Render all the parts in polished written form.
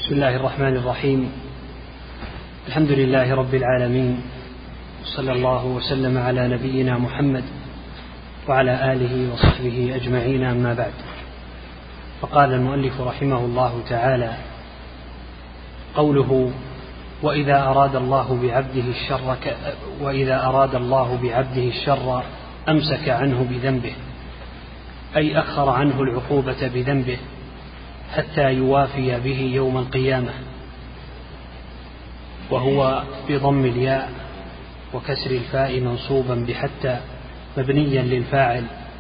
بسم الله الرحمن الرحيم. الحمد لله رب العالمين، صلى الله وسلم على نبينا محمد وعلى آله وصحبه أجمعين، أما بعد. فقال المؤلف رحمه الله تعالى: قوله وإذا أراد الله بعبده الشر أمسك عنه بذنبه، أي أخر عنه العقوبة بذنبه حتى يوافي به يوم القيامة، وهو بضم الياء وكسر الفاء منصوبا بحتى مبنيا للفاعل.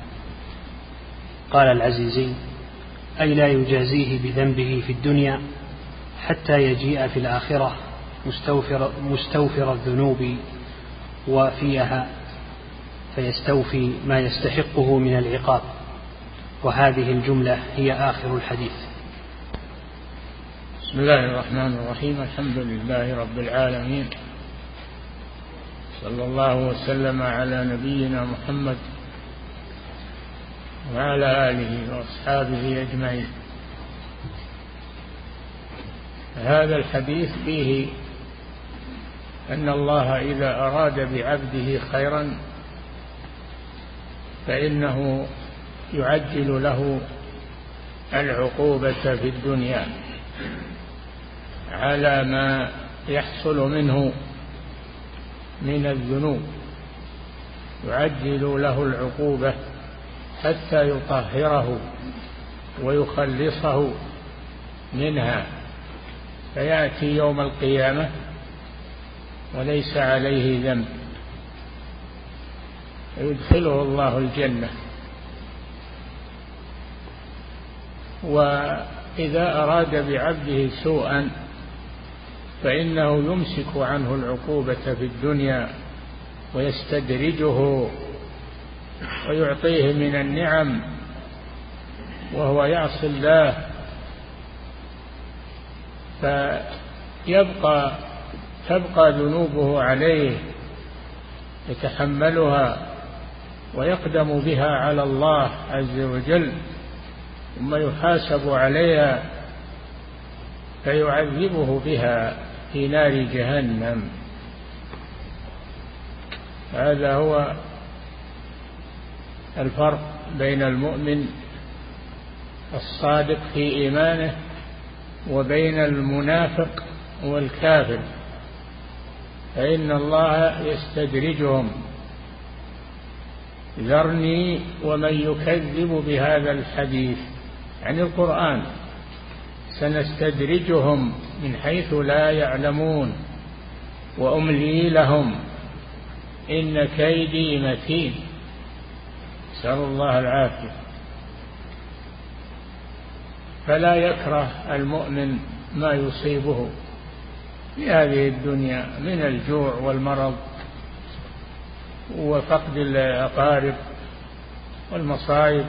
قال العزيزي: أي لا يجازيه بذنبه في الدنيا حتى يجيء في الآخرة مستوفر الذنوب وافيها فيستوفي ما يستحقه من العقاب. وهذه الجملة هي آخر الحديث. بسم الله الرحمن الرحيم. الحمد لله رب العالمين، صلى الله وسلم على نبينا محمد وعلى آله وأصحابه أجمعين. هذا الحديث فيه أن الله إذا أراد بعبده خيرا فإنه يعجل له العقوبة في الدنيا على ما يحصل منه من الذنوب، يعجل له العقوبة حتى يطهره ويخلصه منها، فيأتي يوم القيامة وليس عليه ذنب، يدخله الله الجنة. وإذا أراد بعبده سوءا فإنه يمسك عنه العقوبة في الدنيا ويستدرجه ويعطيه من النعم وهو يعصي الله، تبقى ذنوبه عليه يتحملها ويقدم بها على الله عز وجل، ثم يحاسب عليها فيعذبه بها في نار جهنم. هذا هو الفرق بين المؤمن الصادق في إيمانه وبين المنافق والكافر، فإن الله يستدرجهم: ذرني ومن يكذب بهذا الحديث، عن القرآن، سنستدرجهم من حيث لا يعلمون وأملي لهم إن كيدي متين. نسأل الله العافية. فلا يكره المؤمن ما يصيبه في هذه الدنيا من الجوع والمرض وفقد الأقارب والمصائب،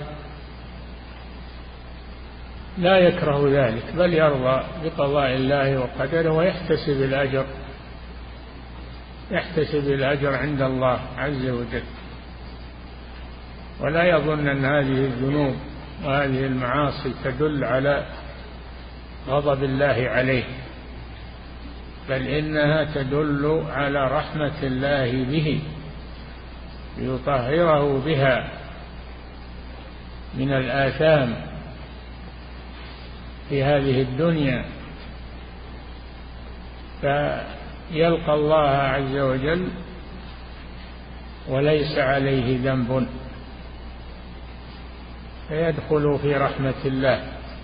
لا يكره ذلك، بل يرضى بقضاء الله وقدره ويحتسب الأجر عند الله عز وجل، ولا يظن أن هذه الذنوب وهذه المعاصي تدل على غضب الله عليه، بل إنها تدل على رحمة الله به ليطهره بها من الآثام في هذه الدنيا، فيلقى الله عز وجل وليس عليه ذنب فيدخل في رحمة الله.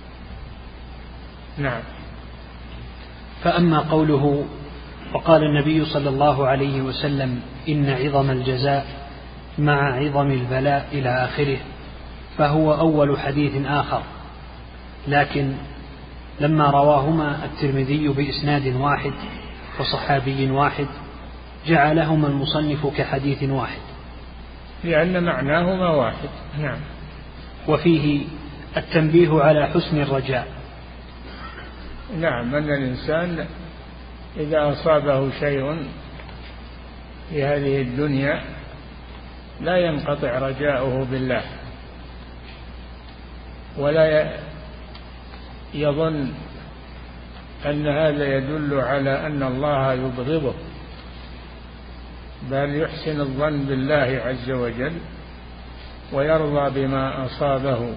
نعم. فأما قوله وقال النبي صلى الله عليه وسلم: إن عظم الجزاء مع عظم البلاء إلى آخره، فهو أول حديث آخر، لكن لما رواهما الترمذي بإسناد واحد وصحابي واحد جعلهما المصنف كحديث واحد، لأن معناهما واحد. نعم. وفيه التنبيه على حسن الرجاء. نعم، أن الإنسان إذا أصابه شيء في هذه الدنيا لا ينقطع رجاؤه بالله، ولا يظن أن هذا يدل على أن الله يبغضه، بل يحسن الظن بالله عز وجل ويرضى بما أصابه.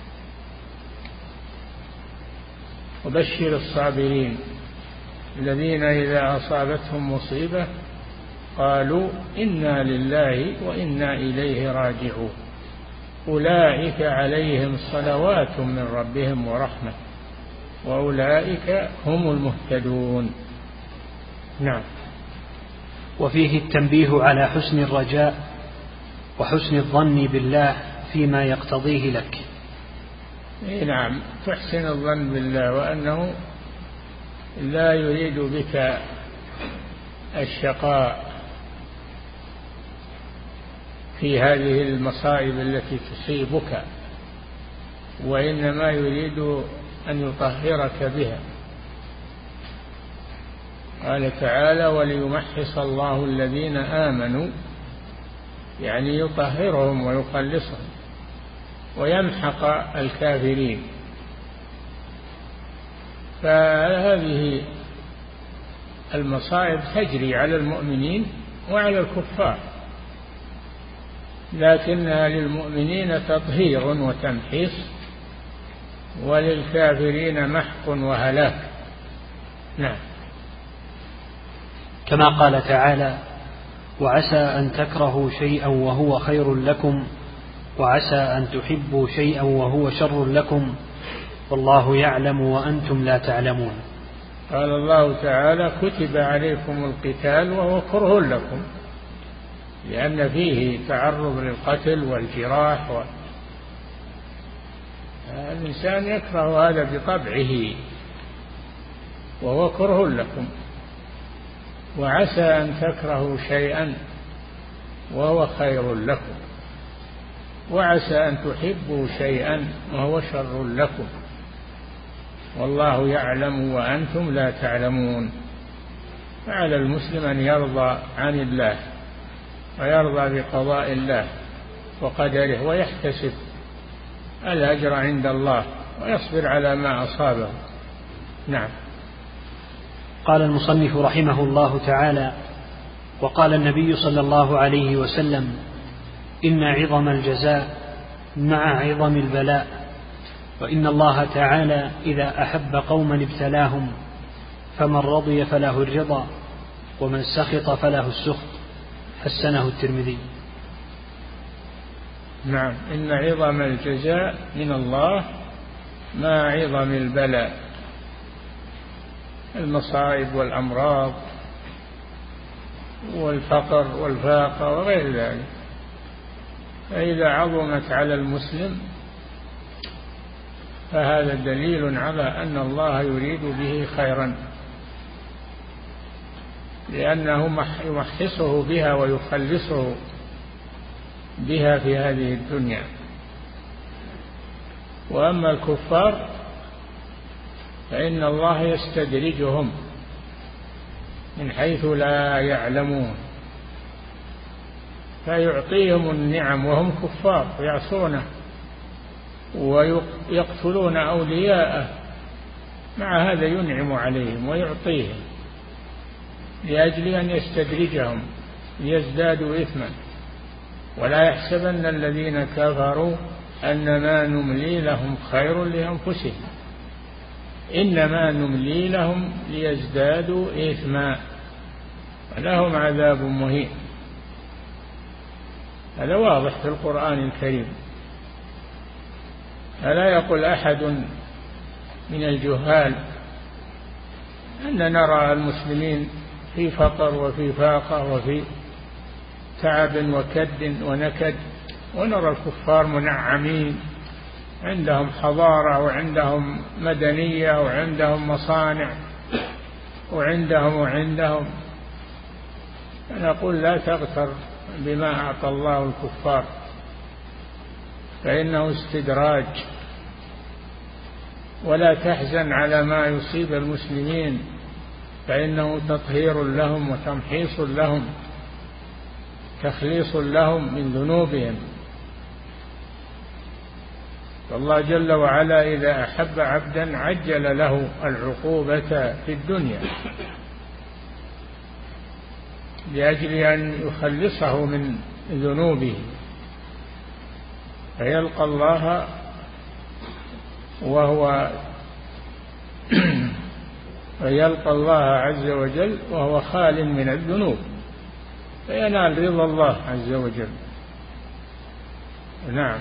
وبشر الصابرين الذين إذا أصابتهم مصيبة قالوا إنا لله وإنا إليه راجعون أولئك عليهم صلوات من ربهم ورحمة وأولئك هم المهتدون. نعم. وفيه التنبيه على حسن الرجاء وحسن الظن بالله فيما يقتضيه لك. نعم، تحسن الظن بالله وأنه لا يريد بك الشقاء في هذه المصائب التي تصيبك، وإنما يريد أن يطهرك بها. قال تعالى وليمحص الله الذين آمنوا، يعني يطهرهم ويخلصهم، ويمحق الكافرين. فهذه المصائب تجري على المؤمنين وعلى الكفار، لكنها للمؤمنين تطهير وتمحيص، وللكافرين محق وهلاك. نعم. كما قال تعالى وعسى أن تكرهوا شيئا وهو خير لكم وعسى أن تحبوا شيئا وهو شر لكم والله يعلم وأنتم لا تعلمون. قال الله تعالى كتب عليكم القتال وهو كره لكم، لأن فيه تعرض للقتل والجراح الإنسان يكره هذا بطبعه، وهو كره لكم. وعسى أن تكرهوا شيئا وهو خير لكم وعسى أن تحبوا شيئا وهو شر لكم والله يعلم وأنتم لا تعلمون. فعلى المسلم أن يرضى عن الله ويرضى بقضاء الله وقدره ويحتسب الأجر عند الله ويصبر على ما أصابه. نعم. قال المصنف رحمه الله تعالى وقال النبي صلى الله عليه وسلم إن عظم الجزاء مع عظم البلاء، وإن الله تعالى إذا أحب قوما ابتلاهم، فمن رضي فله الرضا ومن سخط فله السخط. حسنه الترمذي. نعم. إن عظم الجزاء من الله مع عظم البلاء، المصائب والأمراض والفقر والفاقة وغير ذلك، فإذا عظمت على المسلم فهذا دليل على أن الله يريد به خيرا، لأنه يمحصه بها ويخلصه بها في هذه الدنيا. وأما الكفار فإن الله يستدرجهم من حيث لا يعلمون، فيعطيهم النعم وهم كفار ويعصونه ويقتلون أولياءه، مع هذا ينعم عليهم ويعطيهم لأجل أن يستدرجهم ليزدادوا إثما. ولا يحسبن الذين كفروا أنما نملي لهم خير لأنفسهم إنما نملي لهم ليزدادوا إثما ولهم عذاب مهين. هذا واضح في القرآن الكريم. ألا يقول أحد من الجهال أن نرى المسلمين في فقر وفي فاقة وفي تعب وكد ونكد، ونرى الكفار منعمين، عندهم حضارة وعندهم مدنية وعندهم مصانع وعندهم. نقول لا تغتر بما أعطى الله الكفار، فإنه استدراج. ولا تحزن على ما يصيب المسلمين، فإنه تطهير لهم وتمحيص لهم، تخليص لهم من ذنوبهم. فالله جل وعلا إذا أحب عبدا عجل له العقوبة في الدنيا لأجل أن يخلصه من ذنوبه، فيلقى الله فيلقى الله عز وجل وهو خال من الذنوب، فينال رضا الله عز وجل. نعم.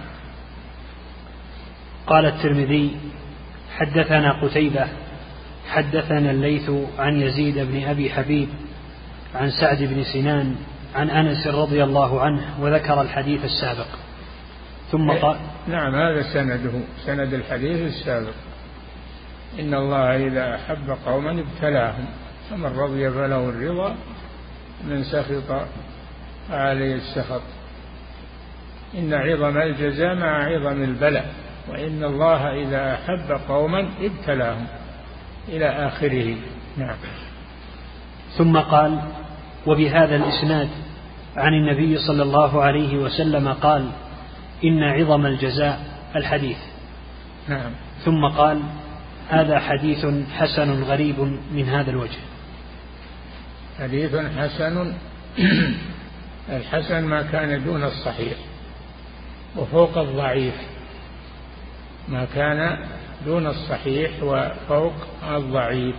قال الترمذي: حدثنا قتيبة حدثنا الليث عن يزيد بن أبي حبيب عن سعد بن سنان عن أنس رضي الله عنه، وذكر الحديث السابق. ثم قال: نعم، هذا سند الحديث السابق. إن الله إذا أحب قوما ابتلاهم، فمن رضي فله الرضا، من سخط عليه السخط. إن عظم الجزاء مع عظم البلاء، وإن الله إذا أحب قوما ابتلاهم، إلى آخره. نعم. ثم قال: وبهذا الإسناد عن النبي صلى الله عليه وسلم قال: إن عظم الجزاء الحديث. نعم. ثم قال: هذا حديث حسن غريب من هذا الوجه. حديث حسن. الحسن ما كان دون الصحيح وفوق الضعيف، ما كان دون الصحيح وفوق الضعيف.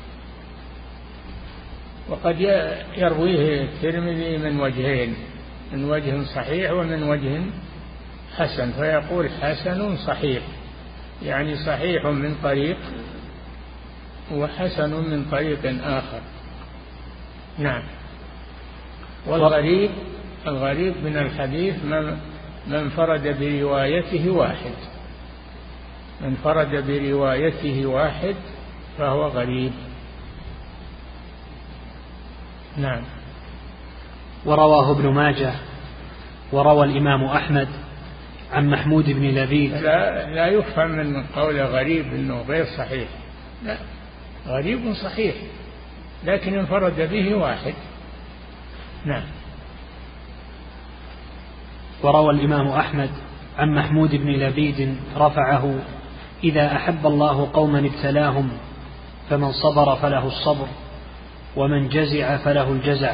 وقد يرويه الترمذي من وجهين، من وجه صحيح ومن وجه حسن، فيقول حسن صحيح، يعني صحيح من طريق وحسن من طريق آخر. نعم. والغريب من الحديث من انفرد بروايته واحد، من انفرد بروايته واحد فهو غريب. نعم. ورواه ابن ماجه وروى الإمام أحمد عن محمود بن لبيد. لا يفهم من قول غريب أنه غير صحيح، لا، غريب صحيح لكن انفرد به واحد. نعم. وروى الإمام أحمد عن محمود بن لبيد رفعه: إذا أحب الله قوما ابتلاهم، فمن صبر فله الصبر، ومن جزع فله الجزع.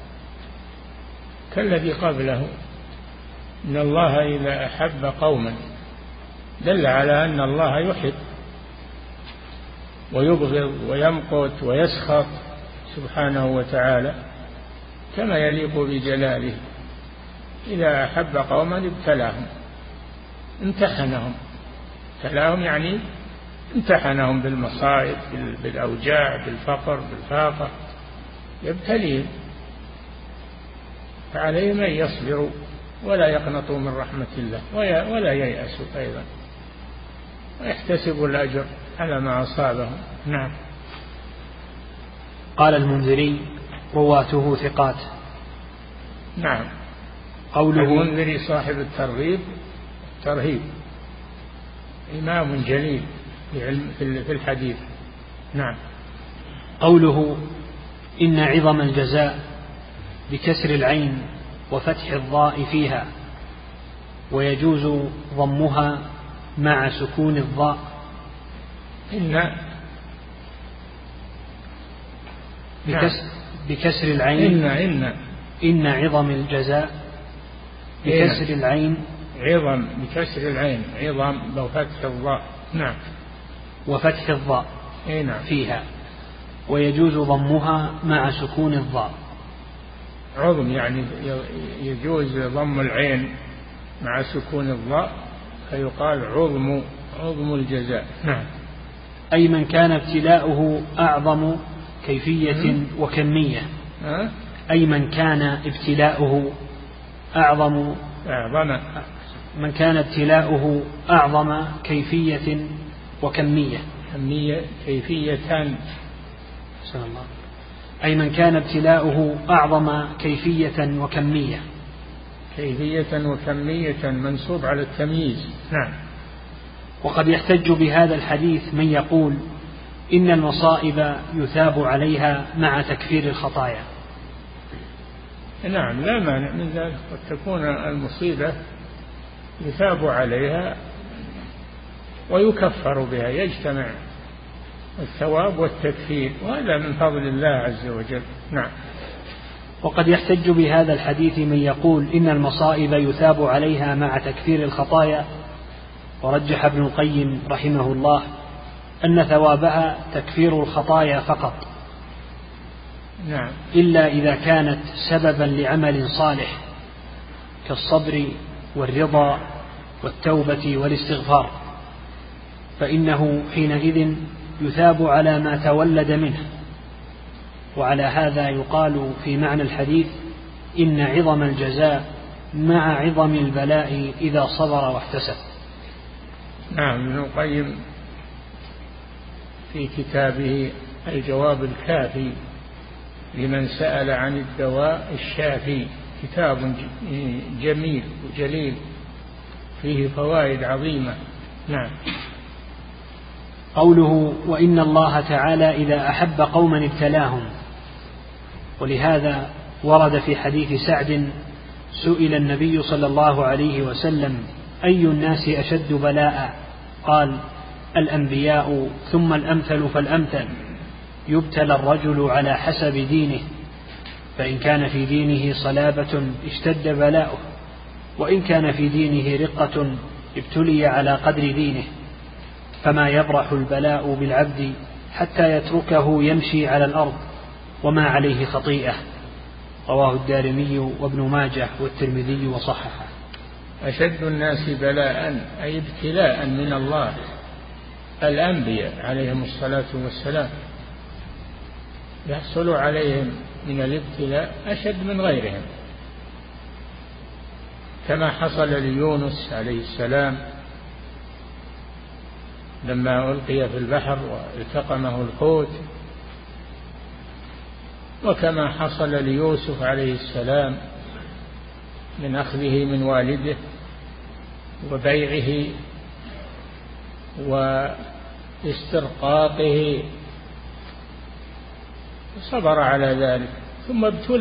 كالذي قبله، إن الله إذا أحب قوما، دل على أن الله يحب ويبغض ويمقت ويسخط سبحانه وتعالى كما يليق بجلاله. إذا أحب قوما ابتلاهم، امتحنهم. ابتلاهم يعني امتحنهم بالمصائب، بالأوجاع، بالفقر، بالفاقة، يبتليهم، فعليهم أن يصبروا ولا يقنطوا من رحمة الله ولا ييأسوا أيضا، ويحتسبوا الأجر على ما أصابهم. نعم. قال المنذري: رواته ثقات. نعم. قوله المنذري صاحب الترهيب إمام جليل في الحديث. نعم. قوله: إن عظم الجزاء بكسر العين وفتح الضاء فيها، ويجوز ضمها مع سكون الضاء. بكسر العين. إن عظم الجزاء بكسر العين. عظم بكسر العين، عظم وفتح الضاء. نعم. وفتح الضاء نعم. فيها، ويجوز ضمها مع سكون الضاء. عظم يعني يجوز ضم العين مع سكون الضاء، فيقال عظم الجزاء. نعم. أي من كان ابتلاؤه أعظم كيفية وكمية. أي من كان ابتلاؤه من كان ابتلاؤه أعظم كيفية وكمية. كيفيتان. أي من كان ابتلاؤه أعظم كيفية وكمية. كيفية وكمية منصوب على التمييز. نعم. وقد يحتج بهذا الحديث من يقول إن المصائب يثاب عليها مع تكفير الخطايا. نعم، لا مانع من ذلك، قد تكون المصيبة يثاب عليها ويكفر بها، يجتمع الثواب والتكفير، وهذا من فضل الله عز وجل. نعم. وقد يحتج بهذا الحديث من يقول إن المصائب يثاب عليها مع تكفير الخطايا، ورجح ابن القيم رحمه الله أن ثوابها تكفير الخطايا فقط. نعم. إلا إذا كانت سببا لعمل صالح كالصبر والرضا والتوبة والاستغفار، فإنه حينئذ يثاب على ما تولد منه. وعلى هذا يقال في معنى الحديث إن عظم الجزاء مع عظم البلاء إذا صبر واحتسب. نعم. ابن القيم في كتابه الجواب الكافي لمن سأل عن الدواء الشافي، كتاب جميل وجليل فيه فوائد عظيمة. نعم. قوله وإن الله تعالى إذا أحب قوما ابتلاهم، ولهذا ورد في حديث سعد سئل النبي صلى الله عليه وسلم أي الناس أشد بلاء؟ قال الأنبياء ثم الأمثل فالأمثل، يبتلى الرجل على حسب دينه، فإن كان في دينه صلابة اشتد بلاؤه، وإن كان في دينه رقة ابتلي على قدر دينه، فما يبرح البلاء بالعبد حتى يتركه يمشي على الأرض وما عليه خطيئة. رواه الدارمي وابن ماجه والترمذي وصححه. أشد الناس بلاء أي ابتلاء من الله الأنبياء عليهم الصلاة والسلام، يحصل عليهم من الابتلاء أشد من غيرهم، كما حصل ليونس عليه السلام لما ألقي في البحر والتقمه الحوت، وكما حصل ليوسف عليه السلام من أخذه من والده وبيعه واسترقاقه، صبر على ذلك، ثم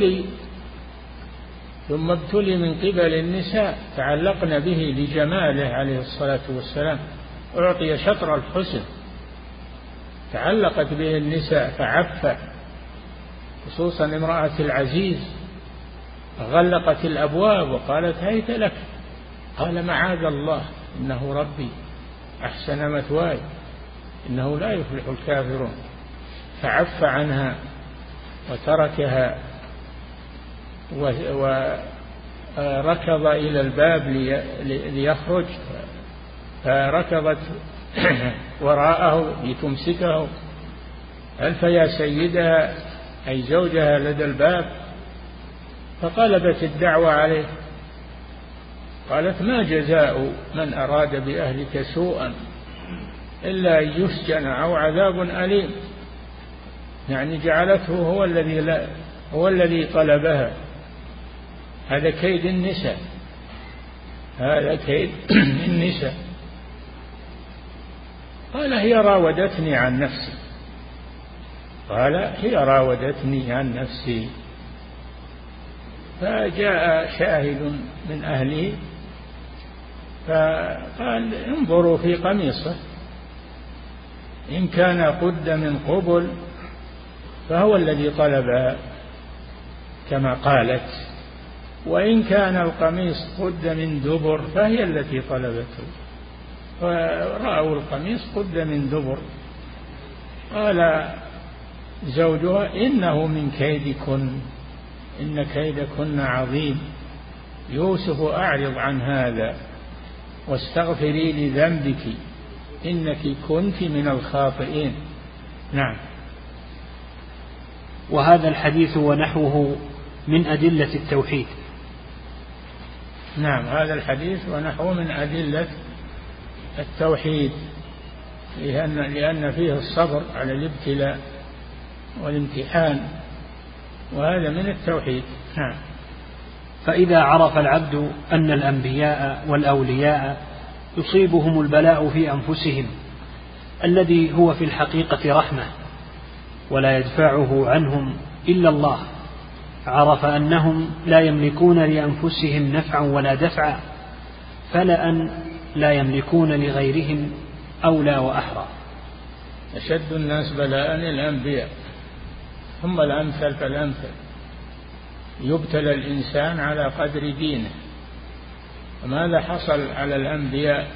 ابتلي من قبل النساء تعلقن به لجماله عليه الصلاة والسلام، أعطي شطر الحسن، تعلقت به النساء فعف، خصوصا امرأة العزيز، غلقت الأبواب وقالت هيت لك، قال معاذ الله إنه ربي أحسن مثواي إنه لا يفلح الكافرون، فعف عنها وتركها وركض إلى الباب ليخرج، فركضت وراءه لتمسكه، ألف يا سيدها أي زوجها لدى الباب، فقلبت الدعوة عليه، قالت ما جزاء من أراد بأهلك سوءا إلا أن يسجن أو عذاب أليم، يعني جعلته هو الذي طلبها. هذا كيد النساء، هذا كيد النساء. قال هي راودتني عن نفسي، قال هي راودتني عن نفسي. فجاء شاهد من أهله فقال انظروا في قميصه، إن كان قد من قبل فهو الذي طلبها كما قالت، وإن كان القميص قد من دبر فهي التي طلبته. فرأوا القميص قد من دبر. قال زوجها إنه من كيدكن، إن كيدكن عظيم، يوسف أعرض عن هذا واستغفري لذنبك إنك كنت من الخاطئين. نعم. وهذا الحديث ونحوه من أدلة التوحيد. نعم، هذا الحديث ونحوه من أدلة التوحيد، لأن فيه الصبر على الابتلاء والامتحان، وهذا من التوحيد. نعم. فإذا عرف العبد أن الأنبياء والأولياء يصيبهم البلاء في أنفسهم الذي هو في الحقيقة رحمة ولا يدفعه عنهم إلا الله، عرف أنهم لا يملكون لأنفسهم نفعا ولا دفعا، فلأن لا يملكون لغيرهم أولى وأحرى. أشد الناس بلاء الأنبياء ثم الأمثل فالأمثل، يبتلى الإنسان على قدر دينه. وماذا حصل على الأنبياء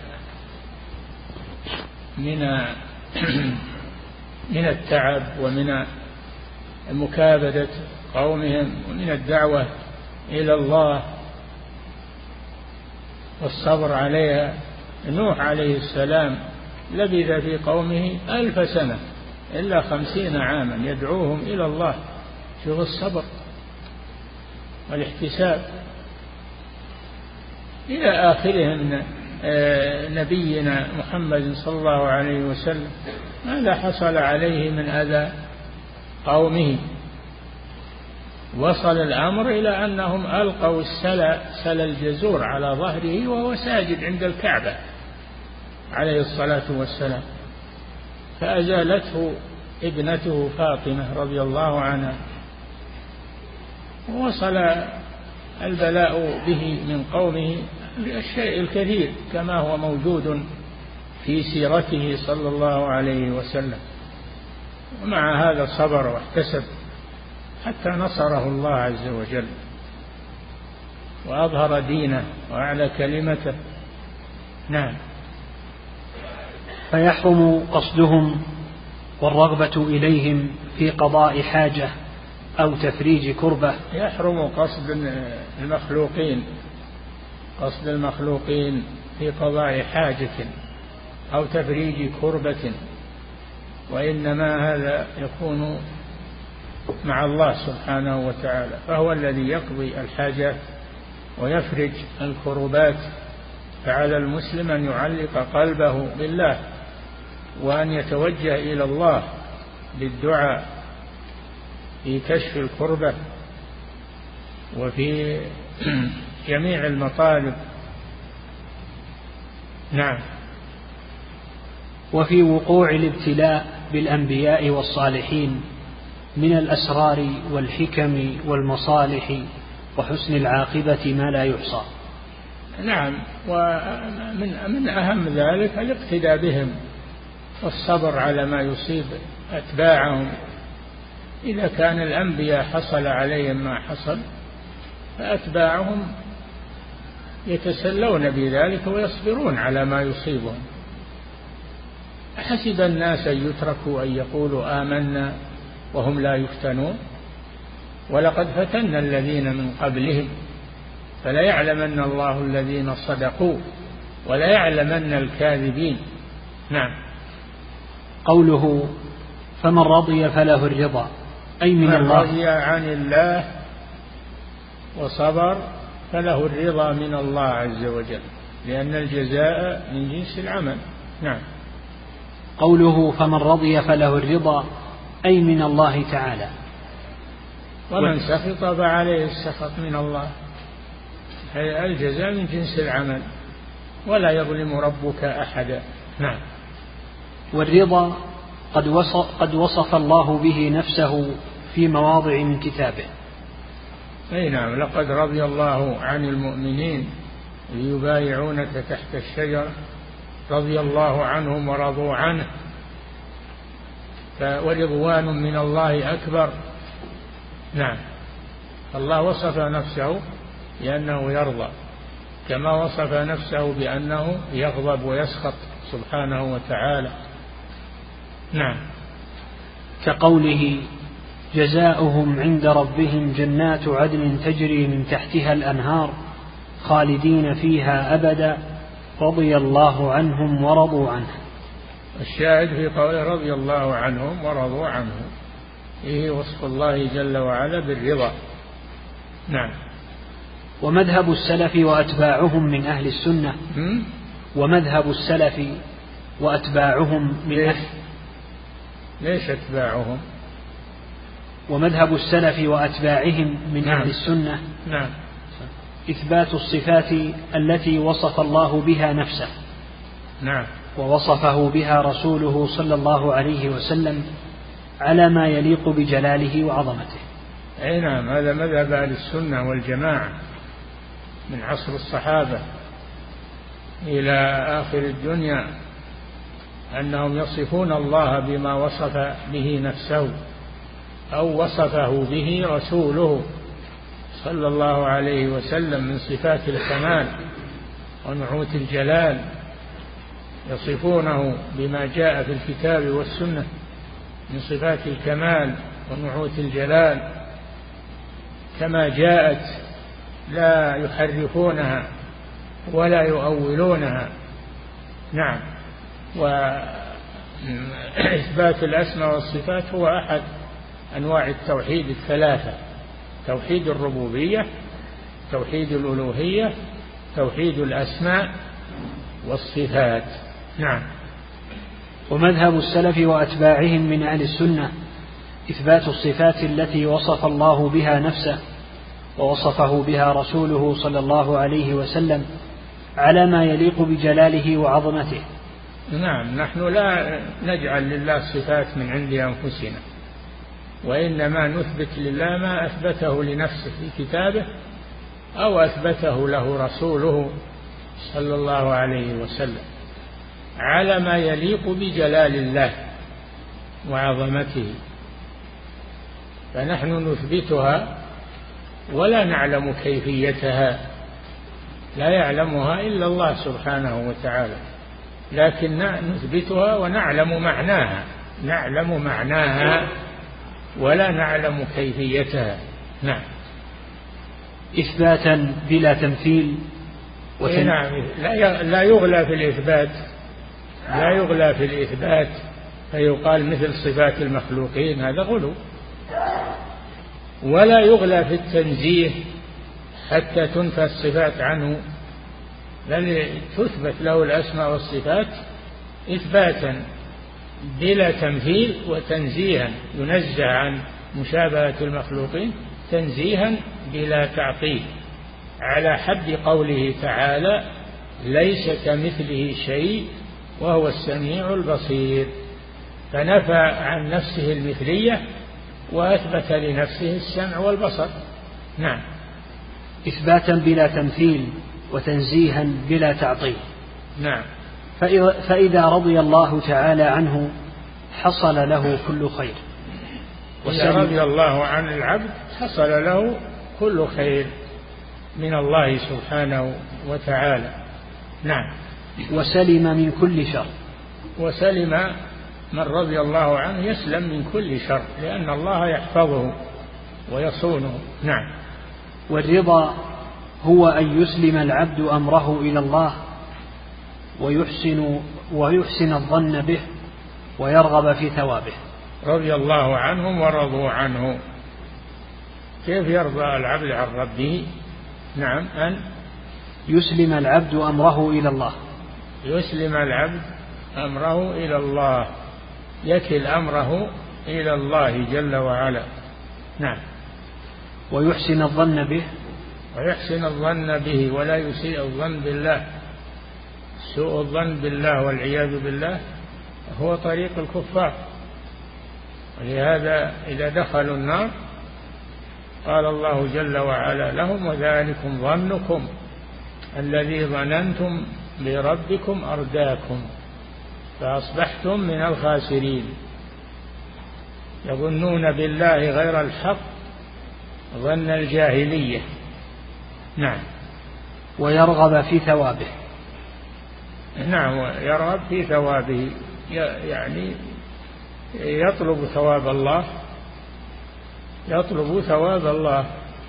من التعب ومن مكابدة قومهم ومن الدعوة إلى الله والصبر عليها. نوح عليه السلام لبث في قومه 1000 سنة إلا 50 عاما يدعوهم إلى الله. شوف الصبر والاحتساب. إلى آخرهم نبينا محمد صلى الله عليه وسلم ماذا حصل عليه من أذى قومه. وصل الأمر إلى أنهم ألقوا سل الجزور على ظهره وهو ساجد عند الكعبة عليه الصلاة والسلام، فأزالته ابنته فاطمة رضي الله عنها. ووصل البلاء به من قومه الشيء الكثير كما هو موجود في سيرته صلى الله عليه وسلم. ومع هذا صبر واحتسب حتى نصره الله عز وجل وأظهر دينه وأعلى كلمته. نعم. فيحرم قصدهم والرغبة إليهم في قضاء حاجة أو تفريج كربة. يحرم قصد المخلوقين في قضاء حاجة أو تفريج كربة، وإنما هذا يكون مع الله سبحانه وتعالى، فهو الذي يقضي الحاجات ويفرج الكربات. فعلى المسلم أن يعلق قلبه بالله وأن يتوجه إلى الله بالدعاء في كشف الكربة وفي جميع المطالب. نعم. وفي وقوع الابتلاء بالأنبياء والصالحين من الأسرار والحكم والمصالح وحسن العاقبة ما لا يحصى. نعم. ومن أهم ذلك الاقتداء بهم والصبر على ما يصيب أتباعهم. إذا كان الأنبياء حصل عليهم ما حصل فأتباعهم يتسلون بذلك ويصبرون على ما يصيبهم. أحسب الناس أن يتركوا أن يقولوا آمنا وهم لا يفتنون ولقد فتنا الذين من قبلهم فلا يعلمن الله الذين صدقوا ولا يعلمن الكاذبين. نعم. قوله فمن رضي فله الرضا أي من الله. رضي عن الله وصبر فله الرضا من الله عز وجل، لأن الجزاء من جنس العمل. نعم. قوله فمن رضي فله الرضا أي من الله تعالى. ومن سخط فعليه السخط من الله. الجزاء من جنس العمل ولا يظلم ربك أحدا. نعم. والرضا قد وصف الله به نفسه في مواضع من كتابه. أي نعم. لقد رضي الله عن المؤمنين يبايعونك تحت الشجرة رضي الله عنهم ورضوا عنه ورضوان من الله أكبر. نعم. الله وصف نفسه بأنه يرضى كما وصف نفسه بأنه يغضب ويسخط سبحانه وتعالى. نعم. كقوله جزاؤهم عند ربهم جنات عدن تجري من تحتها الأنهار خالدين فيها أبدا رضي الله عنهم ورضوا عنه. الشاهد في قوله رضي الله عنهم ورضوا عنه إيه وصف الله جل وعلا بالرضا. نعم. ومذهب السلف وأتباعهم من أهل السنة. ومذهب السلف وأتباعهم من ليش أتباعهم؟ ومذهب السلف وأتباعهم من نعم. أهل السنة. نعم. إثبات الصفات التي وصف الله بها نفسه. نعم. ووصفه بها رسوله صلى الله عليه وسلم على ما يليق بجلاله وعظمته. أي نعم. هذا مذهب أهل السنة والجماعة من عصر الصحابة إلى آخر الدنيا. أنهم يصفون الله بما وصف به نفسه أو وصفه به رسوله صلى الله عليه وسلم من صفات الكمال ونعوت الجلال، يصفونه بما جاء في الكتاب والسنة من صفات الكمال ونعوت الجلال كما جاءت، لا يحرفونها ولا يؤولونها. نعم. وإثبات الأسماء والصفات هو أحد أنواع التوحيد الثلاثة: توحيد الربوبية، توحيد الألوهية، توحيد الأسماء والصفات. نعم. ومذهب السلف وأتباعهم من أهل السنة إثبات الصفات التي وصف الله بها نفسه ووصفه بها رسوله صلى الله عليه وسلم على ما يليق بجلاله وعظمته. نعم. نحن لا نجعل لله صفات من عند أنفسنا، وإنما نثبت لله ما أثبته لنفسه في كتابه أو أثبته له رسوله صلى الله عليه وسلم على ما يليق بجلال الله وعظمته، فنحن نثبتها ولا نعلم كيفيتها، لا يعلمها إلا الله سبحانه وتعالى، لكن نثبتها ونعلم معناها، نعلم معناها ولا نعلم كيفيتها. نعم. إثباتا بلا تمثيل. نعم. لا يغلى في الإثبات، لا يغلى في الإثبات فيقال مثل صفات المخلوقين، هذا غلو. ولا يغلى في التنزيه حتى تنفى الصفات عنه، بل تثبت له الأسماء والصفات إثباتا بلا تمثيل وتنزيها، ينزه عن مشابهة المخلوقين تنزيها بلا تعطيل، على حد قوله تعالى: ليس كمثله شيء وهو السميع البصير، فنفى عن نفسه المثلية وأثبت لنفسه السمع والبصر. نعم. إثباتا بلا تمثيل وتنزيها بلا تعطيل. نعم. فإذا رضي الله تعالى عنه حصل له كل خير. إذا رضي الله عن العبد حصل له كل خير من الله سبحانه وتعالى. نعم. وسلم من كل شر. وسلم من رضي الله عنه يسلم من كل شر، لأن الله يحفظه ويصونه. نعم. والرضا هو أن يسلم العبد أمره إلى الله ويحسن الظن به ويرغب في ثوابه. رضي الله عنهم ورضوا عنه. كيف يرضى العبد عن ربه؟ نعم. أن يسلم العبد أمره إلى الله. يسلم العبد أمره إلى الله، يكل أمره إلى الله جل وعلا. نعم. ويحسن الظن به. ويحسن الظن به ولا يسيء الظن بالله. سوء الظن بالله والعياذ بالله هو طريق الكفار، ولهذا إذا دخلوا النار قال الله جل وعلا لهم: وذلكم ظنكم الذي ظننتم بربكم أرداكم فأصبحتم من الخاسرين. يظنون بالله غير الحق ظن الجاهلية. نعم. ويرغب في ثوابه. نعم. ويرغب في ثوابه، يعني يطلب ثواب الله، يطلب ثواب الله،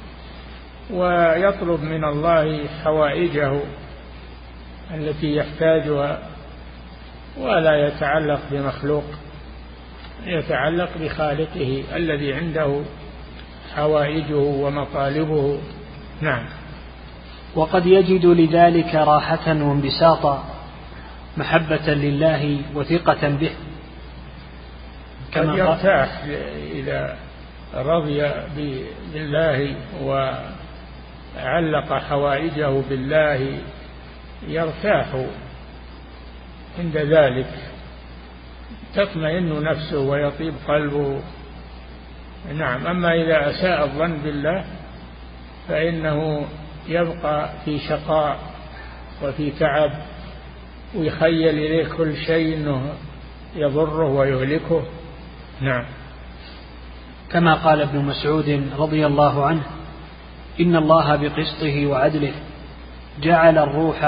ويطلب من الله حوائجه التي يحتاجها، ولا يتعلق بمخلوق، يتعلق بخالقه الذي عنده حوائجه ومطالبه. نعم. وقد يجد لذلك راحة وانبساطا، محبة لله وثقة به، كما يرتاح إذا رضي بالله وعلق حوائجه بالله، يرتاح عند ذلك، تطمئن نفسه ويطيب قلبه. نعم. أما إذا أساء الظن بالله فإنه يبقى في شقاء وفي تعب، ويخيل إليه كل شيء أنه يضره ويهلكه. نعم. كما قال ابن مسعود رضي الله عنه: إن الله بقسطه وعدله جعل الروح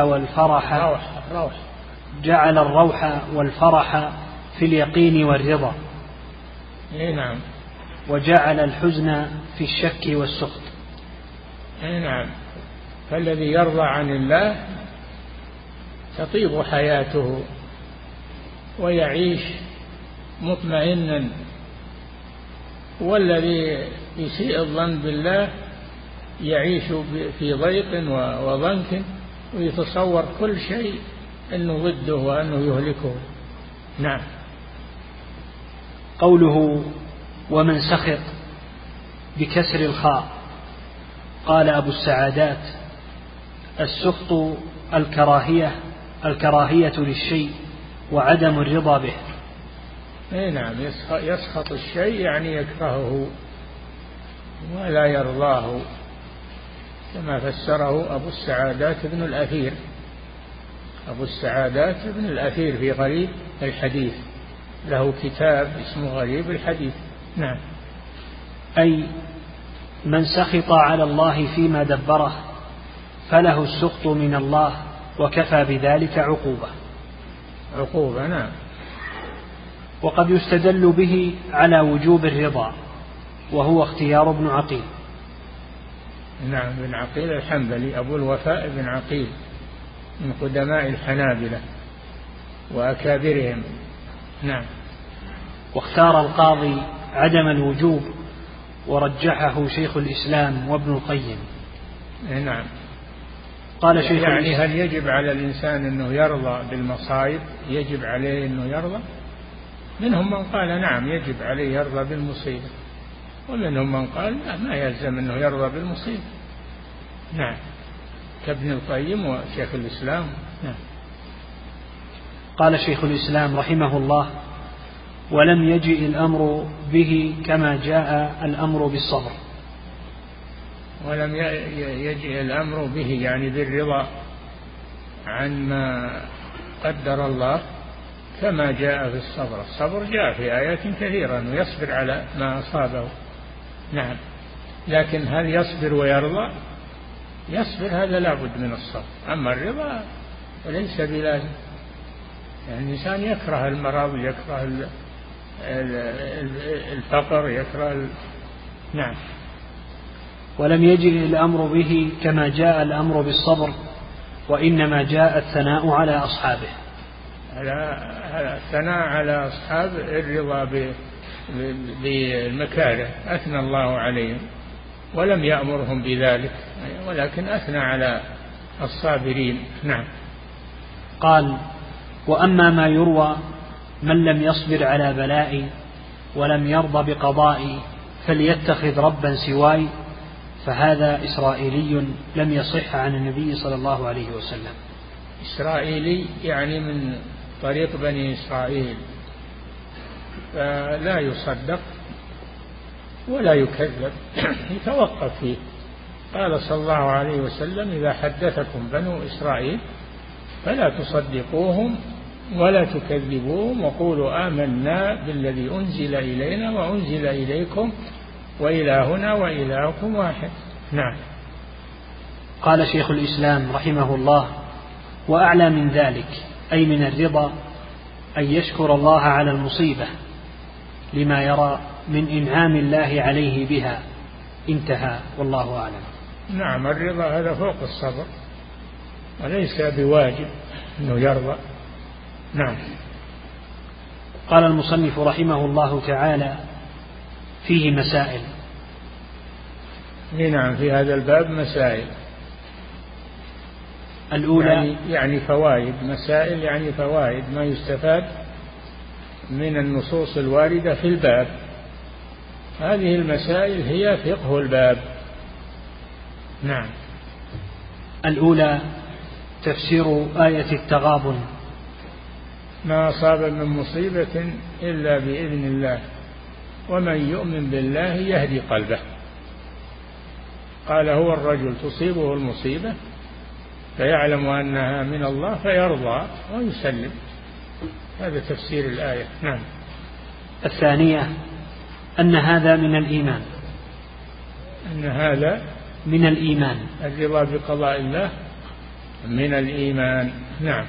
والفرح في اليقين والرضا. نعم. وجعل الحزن في الشك والسخط. نعم. فالذي يرضى عن الله تطيب حياته ويعيش مطمئنا، والذي يسيء الظن بالله يعيش في ضيق وضنك ويتصور كل شيء أنه ضده وأنه يهلكه. نعم. قوله ومن سخط بكسر الخاء، قال أبو السعادات: السخط الكراهية للشيء وعدم الرضا به. نعم. يسخط الشيء يعني يكرهه ولا يرضاه، كما فسره أبو السعادات بن الأثير. أبو السعادات بن الأثير في غريب الحديث، له كتاب اسمه غريب الحديث. نعم. أي من سخط على الله فيما دبره فله السخط من الله، وكفى بذلك عقوبة. نعم. وقد يستدل به على وجوب الرضا، وهو اختيار ابن عقيل. نعم. بن عقيل الحنبلي أبو الوفاء بن عقيل من قدماء الحنابلة وأكابرهم. نعم. واختار القاضي عدم الوجوب، ورجحه شيخ الإسلام وابن القيم. نعم. قال شيخ يعني هل يجب على الإنسان أنه يرضى بالمصائب؟ يجب عليه أنه يرضى؟ منهم من قال نعم يجب عليه يرضى بالمصيبة، ومنهم من قال لا، ما يلزم أنه يرضى بالمصيبة. نعم. كابن القيم وشيخ الإسلام. نعم. قال شيخ الإسلام رحمه الله: ولم يجئ الأمر به كما جاء الأمر بالصبر. ولم يجئ الأمر به يعني بالرضا عن ما قدر الله كما جاء في الصبر. الصبر جاء في آيات كثيرة أنه يصبر على ما أصابه. نعم. لكن هل يصبر ويرضى؟ يصبر، هذا لابد من الصبر. أما الرضا فليس بلازم. يعني الإنسان يكره المرض، يكره الفقر، يكره نعم. ولم يجئ الأمر به كما جاء الأمر بالصبر، وإنما جاء الثناء على أصحابه. الثناء على أصحاب الرضا بالمكاره، أثنى الله عليهم ولم يأمرهم بذلك، ولكن أثنى على الصابرين. نعم. قال: وأما ما يروى من لم يصبر على بلائي ولم يرضى بقضائي فليتخذ ربا سواي، فهذا إسرائيلي لم يصح عن النبي صلى الله عليه وسلم. إسرائيلي يعني من طريق بني إسرائيل، فلا يصدق ولا يكذب، يتوقف فيه. قال صلى الله عليه وسلم: إذا حدثكم بنو إسرائيل فلا تصدقوهم ولا تكذبوهم، وقولوا آمنا بالذي أنزل إلينا وأنزل إليكم وإلهنا وإلهكم واحد. نعم. قال شيخ الإسلام رحمه الله: وأعلى من ذلك أي من الرضا أن يشكر الله على المصيبة لما يرى من إنعام الله عليه بها. انتهى، والله أعلم. نعم. الرضا هذا فوق الصبر وليس بواجب أنه يرضى. نعم. قال المصنف رحمه الله تعالى: فيه مسائل. نعم. في هذا الباب مسائل. الأولى يعني فوائد. مسائل يعني فوائد، ما يستفاد من النصوص الواردة في الباب. هذه المسائل هي فقه الباب. نعم. الأولى تفسير آية التغابن: ما أصاب من مصيبة إلا بإذن الله ومن يؤمن بالله يهدي قلبه. قال: هو الرجل تصيبه المصيبة فيعلم أنها من الله فيرضى ويسلم. هذا تفسير الآية. نعم. الثانية أن هذا من الإيمان. أن هذا من الإيمان، الرضا بقضاء الله من الإيمان. نعم.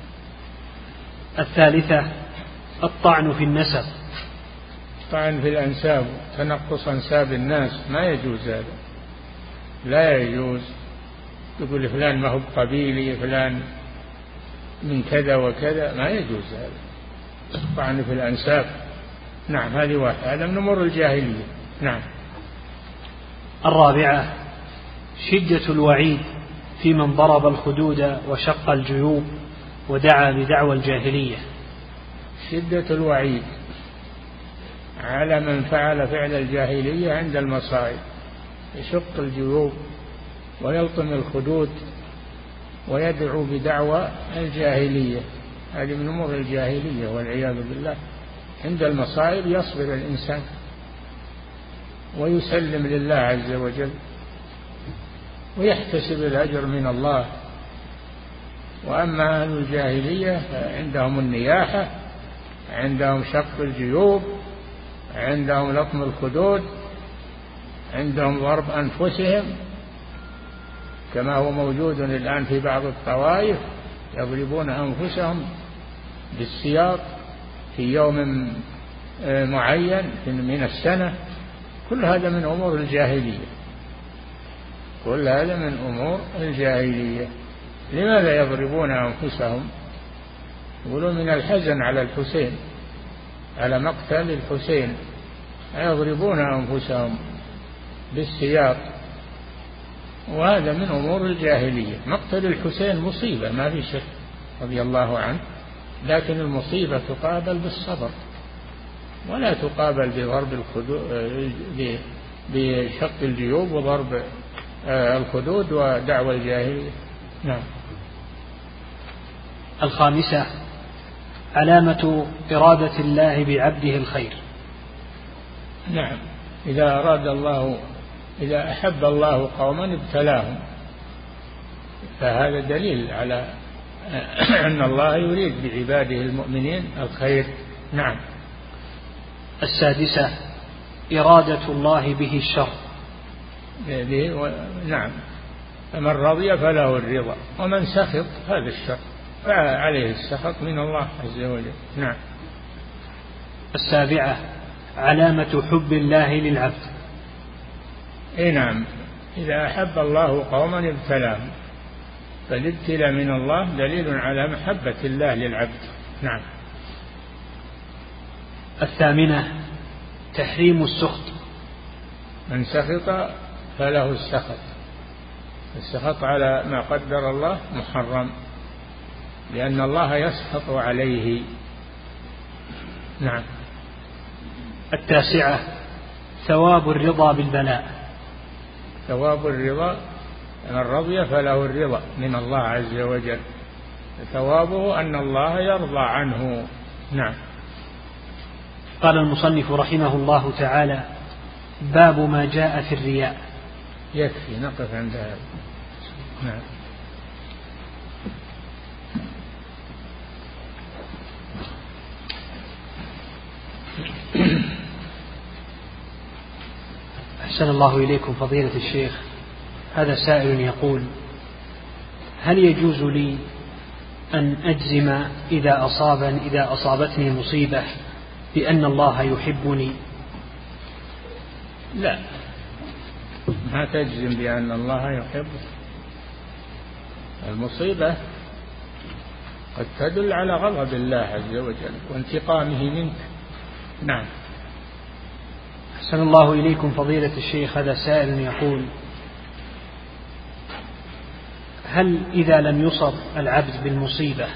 الثالثة الطعن في النسب. طعن في الأنساب، تنقص أنساب الناس ما يجوز هذا، لا يجوز. تقول فلان ما هو قبيلي، فلان من كذا وكذا، ما يجوز هذا، طعن في الأنساب. نعم. هذه واحد، هذا من أمور الجاهلية. نعم. الرابعة شدة الوعيد في من ضرب الخدود وشق الجيوب ودعا بدعوى الجاهلية. شدة الوعيد على من فعل فعل الجاهلية عند المصائب، يشق الجيوب ويلطم الخدود ويدعو بدعوى الجاهلية. هذه من أمور الجاهلية والعياذ بالله. عند المصائب يصبر الإنسان ويسلم لله عز وجل ويحتسب الأجر من الله. وأما أهل الجاهلية عندهم النياحة، عندهم شق الجيوب، عندهم لطم الخدود، عندهم ضرب أنفسهم، كما هو موجود الآن في بعض الطوائف، يضربون أنفسهم بالسياط في يوم معين من السنة. كل هذا من أمور الجاهلية، كل هذا من أمور الجاهلية. لماذا يضربون أنفسهم؟ يقولون من الحزن على الحسين، على مقتل الحسين، يضربون أنفسهم بالسياط، وهذا من أمور الجاهلية. مقتل الحسين مصيبة ما في شك رضي الله عنه، لكن المصيبة تقابل بالصبر ولا تقابل بضرب بشق الجيوب وضرب الخدود ودعوى الجاهلية. نعم. الخامسة علامة إرادة الله بعبده الخير. نعم. إذا أحب الله قوما ابتلاهم، فهذا دليل على أن الله يريد بعباده المؤمنين الخير. نعم. السادسة إرادة الله به الشر. نعم. فمن رضي فله الرضا، ومن سخط هذا الشر، فعليه السخط من الله عز وجل. نعم. السابعة علامة حب الله للعبد. نعم. إذا أحب الله قوما ابتلاهم، فالابتلاء من الله دليل على محبة الله للعبد. نعم. الثامنة تحريم السخط. من سخط فله السخط، السخط على ما قدر الله محرم، لأن الله يسخط عليه. نعم. التاسعة ثواب الرضا بالبلاء. ثواب الرضا، من رضي فله الرضا من الله عز وجل، ثوابه أن الله يرضى عنه. نعم. قال المصنف رحمه الله تعالى: باب ما جاء في الرياء. يكفي نقف عند هذا. نعم. أحسن الله إليكم فضيلة الشيخ. هذا سائل يقول: هل يجوز لي أن أجزم إذا أصابتني مصيبة بأن الله يحبني؟ لا، ما تجزم بأن الله يحبك. المصيبة قد تدل على غضب الله عز وجل وانتقامه منك. نعم. أحسن الله إليكم فضيلة الشيخ. هذا سائل يقول: هل إذا لم يصب العبد بالمصيبة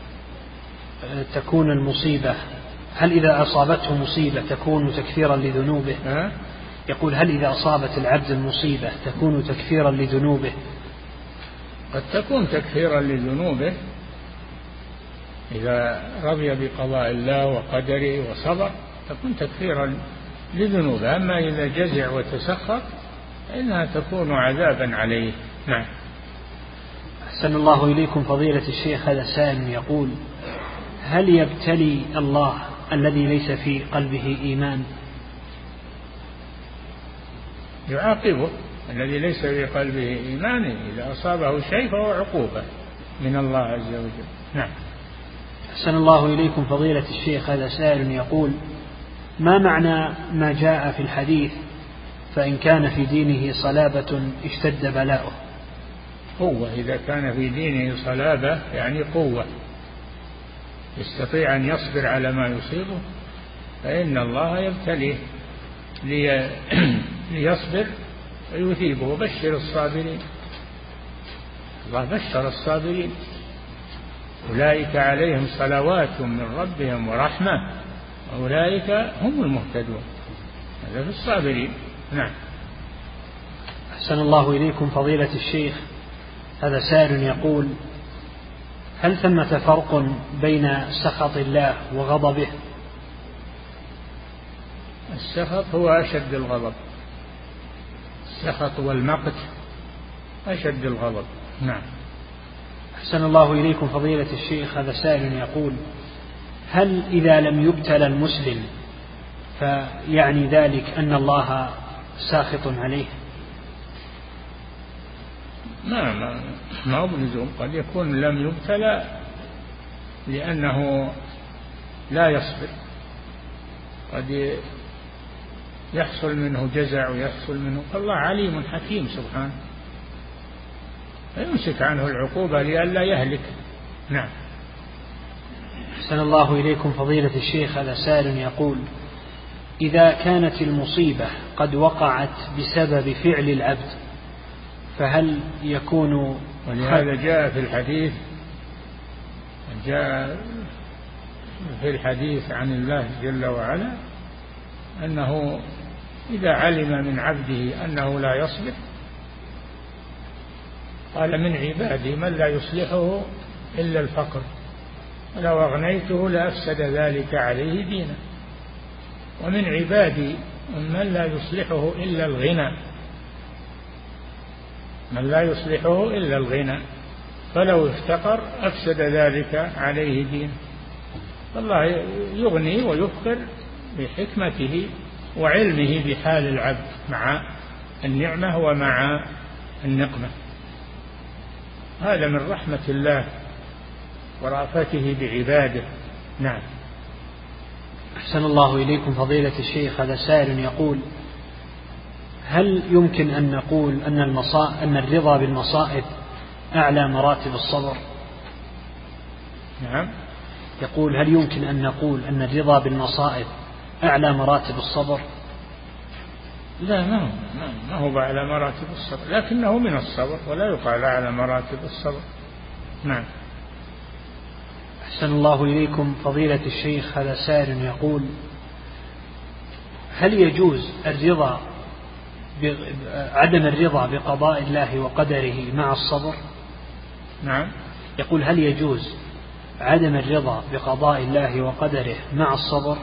تكون المصيبة، هل إذا أصابته مصيبة تكون تكفيرا لذنوبه؟ يقول: هل إذا أصابت العبد المصيبة تكون تكفيرا لذنوبه؟ قد تكون تكفيرا لذنوبه إذا رضي بقضاء الله وقدره وصبر، تكون تكفيرا لذنوبه. أما إذا جزع وتسخط إنها تكون عذابا عليه. نعم. أحسن الله إليكم فضيلة الشيخ. هذا سائل يقول: هل يبتلي الله الذي ليس في قلبه إيمان؟ يعاقبه الذي ليس في قلبه إيمان إذا أصابه شيء فهو عقوبة من الله عز وجل. نعم. أحسن الله إليكم فضيلة الشيخ، هذا سائل يقول: ما معنى ما جاء في الحديث فإن كان في دينه صلابة اشتد بلاؤه؟ قوة، إذا كان في دينه صلابة يعني قوة يستطيع أن يصبر على ما يصيبه فإن الله يبتليه ليصبر ويثيبه. وبشر الصابرين، الله بشر الصابرين أولئك عليهم صلوات من ربهم ورحمة أولئك هم المهتدون. هذا في الصابرين. نعم. أحسن الله إليكم فضيلة الشيخ، هذا سائل يقول: هل ثمة فرق بين سخط الله وغضبه؟ السخط هو أشد الغضب، السخط والمقت أشد الغضب. نعم. أحسن الله إليكم فضيلة الشيخ، هذا سائل يقول: هل إذا لم يبتلى المسلم فيعني ذلك أن الله ساخط عليه؟ ما هو بلزوم، قد يكون لم يبتلى لأنه لا يصبر، قد يحصل منه جزع ويحصل منه، فالله عليم حكيم سبحانه فيمسك عنه العقوبة لئلا يهلك. نعم. أحسن الله إليكم فضيلة الشيخ، هذا سائل يقول: إذا كانت المصيبة قد وقعت بسبب فعل العبد فهل يكون؟ ولهذا جاء في الحديث عن الله جل وعلا أنه إذا علم من عبده أنه لا يصبر قال: من عبادي من لا يصلحه إلا الفقر ولو أغنيته لأفسد ذلك عليه دينا، ومن عبادي من لا يصلحه إلا الغنى، من لا يصلحه إلا الغنى فلو افتقر أفسد ذلك عليه دين. فالله يغني ويفقر بحكمته وعلمه بحال العبد مع النعمة ومع النقمة. هذا من رحمة الله ورأفته بعباده. نعم. أحسن الله إليكم فضيلة الشيخ، هذا سائل يقول: هل يمكن أن نقول أن الرضا بالمصائب أعلى مراتب الصبر؟ نعم. يقول: هل يمكن أن نقول أن الرضا بالمصائب أعلى مراتب الصبر؟ لا، ما هو أعلى مراتب الصبر، لكنه من الصبر ولا يقال أعلى مراتب الصبر. نعم. أحسن الله إليكم فضيلة الشيخ، هذا سائل يقول: هل يجوز عدم الرضا بقضاء الله وقدره مع الصبر؟ نعم. يقول: هل يجوز عدم الرضا بقضاء الله وقدره مع الصبر؟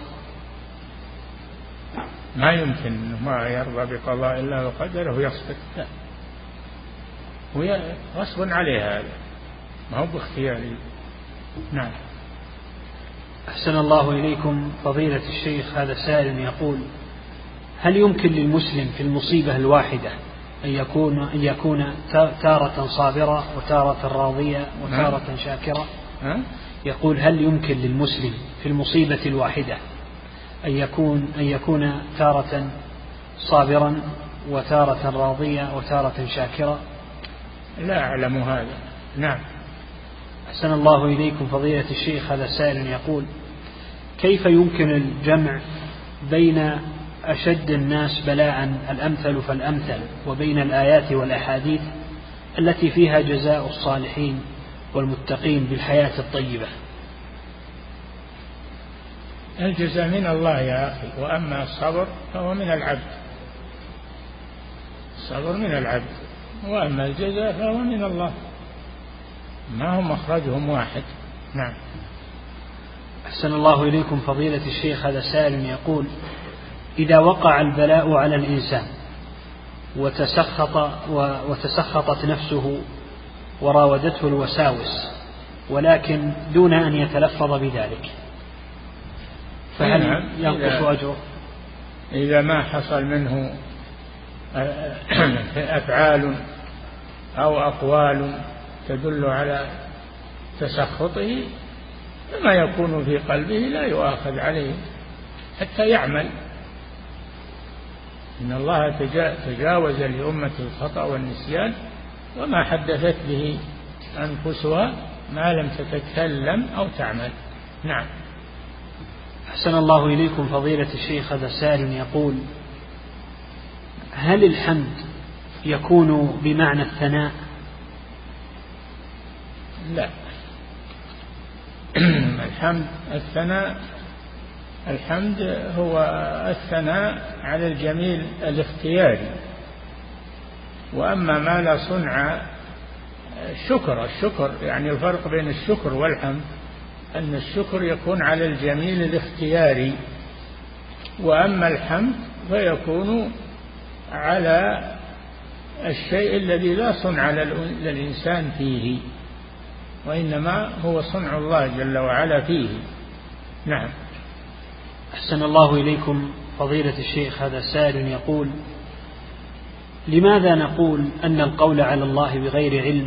ما يمكن ما يرضى بقضاء الله وقدره ويصبر، لا، هو غصب عليه، هذا ما هو باختياره. نعم. أحسن الله إليكم فضيلة الشيخ، هذا سائل يقول: هل يمكن للمسلم في المصيبة الواحدة أن يكون تارة صابرة وتارة راضية وتارة شاكرة؟ يقول: هل يمكن للمسلم في المصيبة الواحدة أن يكون تارة صابرا وتارة راضية وتارة شاكرة؟ لا أعلم هذا. نعم. أحسن الله إليكم فضيلة الشيخ، هذا سائل يقول: كيف يمكن الجمع بين أشد الناس بلاء الأمثل فالأمثل وبين الآيات والأحاديث التي فيها جزاء الصالحين والمتقين بالحياة الطيبة؟ الجزاء من الله يا أخي، وأما الصبر فهو من العبد، الصبر من العبد، وأما الجزاء فهو من الله، ما هم مخرجهم واحد. نعم. أحسن الله إليكم فضيلة الشيخ، هذا سائل يقول: إذا وقع البلاء على الإنسان وتسخطت نفسه وراودته الوساوس ولكن دون أن يتلفظ بذلك، فهل ينقص أجره؟ إذا ما حصل منه أفعال أو أقوال تدل على تسخطه، فما يكون في قلبه لا يؤاخذ عليه حتى يعمل. إن الله تجاوز لأمة الخطأ والنسيان وما حدثت به أنفسها ما لم تتكلم أو تعمل. نعم. أحسن الله إليكم فضيلة الشيخ. هذا سائل يقول: هل الحمد يكون بمعنى الثناء؟ لا. الحمد هو الثناء على الجميل الاختياري، وأما ما لا صنع الشكر يعني الفرق بين الشكر والحمد أن الشكر يكون على الجميل الاختياري، وأما الحمد فيكون على الشيء الذي لا صنع للإنسان فيه، وإنما هو صنع الله جل وعلا فيه. نعم. أحسن الله إليكم فضيلة الشيخ. هذا سائل يقول: لماذا نقول أن القول على الله بغير علم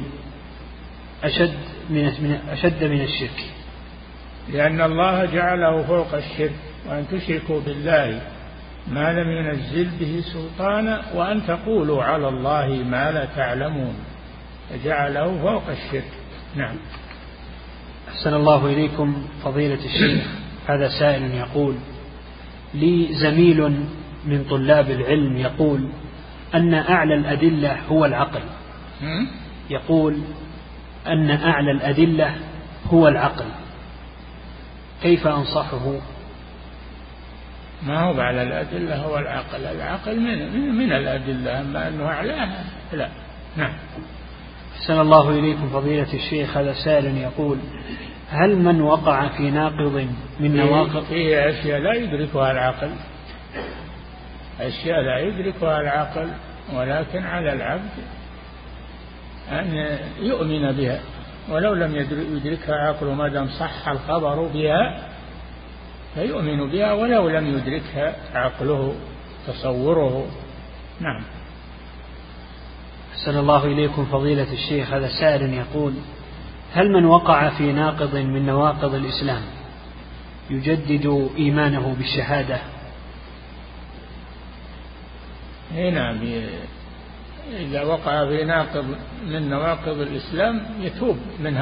أشد من الشرك؟ لأن الله جعله فوق الشرك، وأن تشركوا بالله ما لم ينزل به سلطانا وأن تقولوا على الله ما لا تعلمون، فجعله فوق الشرك. نعم. أحسن الله إليكم فضيلة الشيخ. هذا سائل يقول: لي زميل من طلاب العلم يقول أن أعلى الأدلة هو العقل. يقول أن أعلى الأدلة هو العقل، كيف أنصحه؟ ما هو على الأدلة هو العقل من الأدلة، أما أنه أعلاها لا. نعم. أحسن الله إليكم فضيلة الشيخ. هذا سائل يقول: هل من وقع في ناقض من نواقض فيه أشياء لا يدركها العقل، أشياء لا يدركها العقل، ولكن على العبد أن يؤمن بها ولو لم يدركها عقله، ما دام صح الخبر بها فيؤمن بها ولو لم يدركها عقله تصوره. نعم. أحسن الله إليكم فضيلة الشيخ. هذا سائل يقول: هل من وقع في ناقض من نواقض الإسلام يجدد إيمانه بالشهادة؟ نعم. إذا وقع في ناقض من نواقض الإسلام يتوب من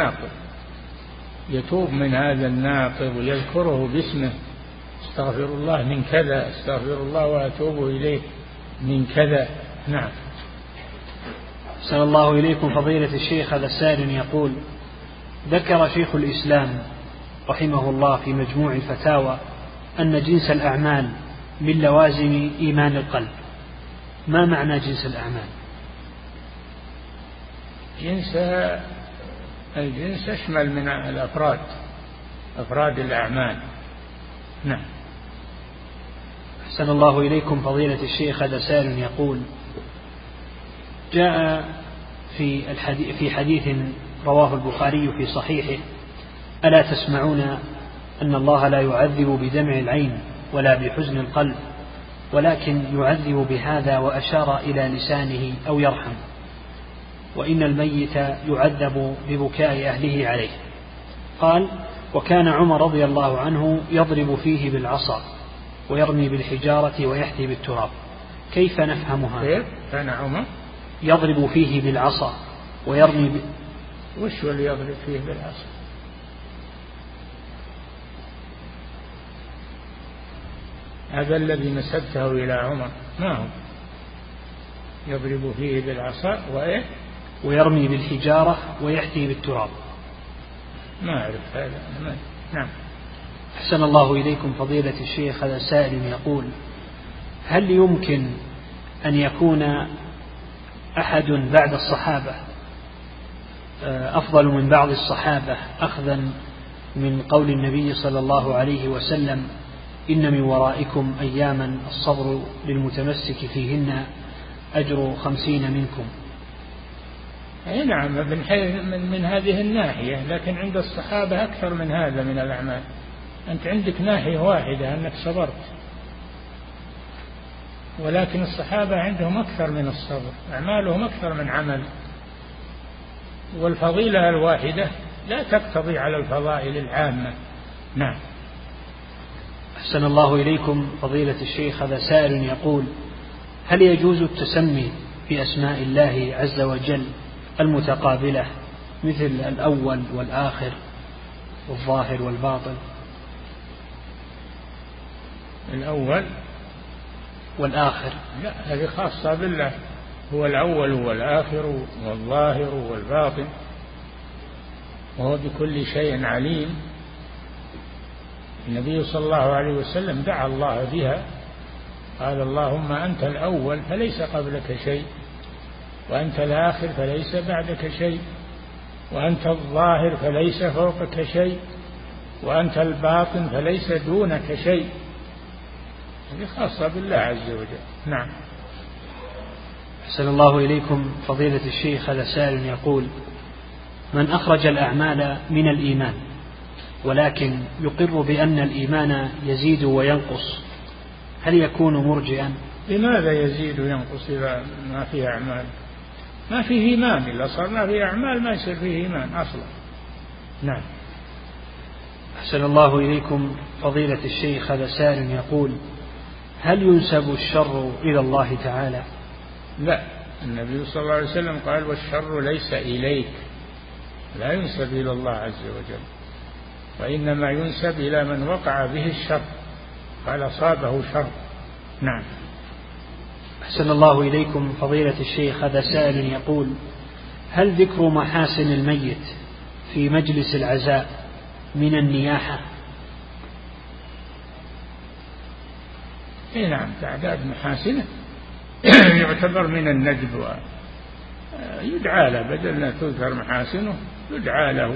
هذا الناقض ويذكره باسمه: استغفر الله من كذا، استغفر الله وأتوب إليه من كذا. نعم. أحسن الله إليكم فضيلة الشيخ. هذا السائل يقول: ذكر شيخ الإسلام رحمه الله في مجموع الفتاوى أن جنس الأعمال من لوازم إيمان القلب. ما معنى جنس الأعمال؟ الجنس أشمل من أفراد الأعمال. نعم. أحسن الله إليكم فضيلة الشيخ. هذا سائل يقول: جاء في حديث رواه البخاري في صحيحه: ألا تسمعون أن الله لا يعذب بدمع العين ولا بحزن القلب ولكن يعذب بهذا، وأشار إلى لسانه أو يرحم، وإن الميت يعذب ببكاء أهله عليه. قال: وكان عمر رضي الله عنه يضرب فيه بالعصا ويرمي بالحجارة ويحثي بالتراب. كيف نفهم هذا؟ كان عمر يضرب فيه بالعصا ويرمي وش اللي يضرب فيه بالعصا؟ هذا الذي نسبته إلى عمر، ما هو يضرب فيه بالعصا ويرمي بالحجارة ويحثي بالتراب؟ ما أعرف هذا. نعم. أحسن الله إليكم فضيلة الشيخ. هذا سائل يقول: هل يمكن أن يكون أحد بعد الصحابة أفضل من بعض الصحابة أخذا من قول النبي صلى الله عليه وسلم: إن من ورائكم أياما الصبر للمتمسك فيهن أجر 50 منكم؟ أي نعم، من هذه الناحية، لكن عند الصحابة أكثر من هذا من الأعمال. أنت عندك ناحية واحدة أنك صبرت، ولكن الصحابة عندهم أكثر من الصبر، أعمالهم أكثر من عمل، والفضيلة الواحدة لا تقتضي على الفضائل العامة. نعم. أحسن الله إليكم فضيلة الشيخ، هذا سائل يقول: هل يجوز التسمي بأسماء الله عز وجل المتقابلة مثل الأول والآخر والظاهر والباطن؟ الأول والآخر لا، هذه خاصة بالله، هو الأول والآخر والظاهر والباطن، وهو بكل شيء عليم. النبي صلى الله عليه وسلم دعا الله بها، قال: اللهم أنت الأول فليس قبلك شيء، وأنت الآخر فليس بعدك شيء، وأنت الظاهر فليس فوقك شيء، وأنت الباطن فليس دونك شيء. هذه خاصة بالله عز وجل. نعم. أحسن الله إليكم فضيلة الشيخ، هذا سائل يقول: من أخرج الأعمال من الإيمان ولكن يقر بأن الإيمان يزيد وينقص، هل يكون مرجئا؟ لماذا يزيد وينقص إذا ما فيه أعمال؟ ما فيه إيمان، إلا صار ما فيه أعمال ما يصير فيه إيمان أصلا. نعم. أحسن الله إليكم فضيلة الشيخ، هذا سائل يقول: هل ينسب الشر إلى الله تعالى؟ لا، النبي صلى الله عليه وسلم قال: والشر ليس إليك، لا ينسب إلى الله عز وجل، وإنما ينسب إلى من وقع به الشر، قال: أصابه شر. نعم. أحسن الله إليكم فضيلة الشيخ، هذا سائل يقول: هل ذكر محاسن الميت في مجلس العزاء من النياحة؟ إيه نعم، تعداد محاسنه يعتبر من الندب، ويدعى له، بدل لا تذكر محاسنه يدعى له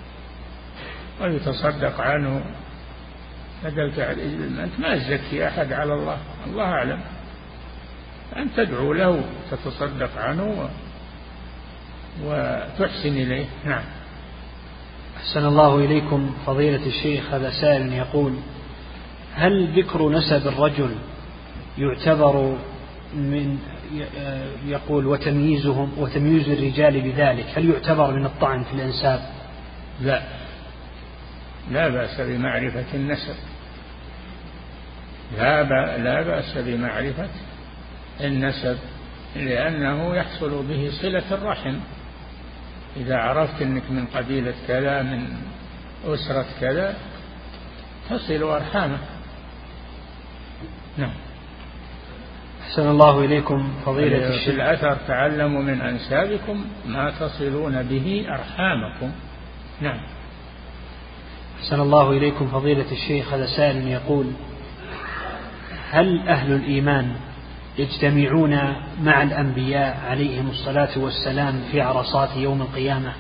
ويتصدق عنه، بدل أنت ما تزكي أحد على الله، الله أعلم، أن تدعو له تتصدق عنه وتحسن إليه. نعم. أحسن الله إليكم فضيلة الشيخ، هذا سائل يقول: هل ذكر نسب الرجل يعتبر من يقول وتمييزهم وتمييز الرجال بذلك، هل يعتبر من الطعن في الأنساب؟ لا، لا بأس بمعرفة النسب، لا بأس بمعرفة النسب، لأنه يحصل به صلة الرحم. إذا عرفت أنك من قبيلة كذا، من أسرة كذا، تصل أرحامه. نعم. أحسن الله إليكم فضيلة الشيخ، في الأثر: تعلموا من أنسابكم ما تصلون به أرحامكم. نعم. أحسن الله إليكم فضيلة الشيخ، هذا سائل يقول: هل أهل الإيمان يجتمعون مع الأنبياء عليهم الصلاة والسلام في عرصات يوم القيامة؟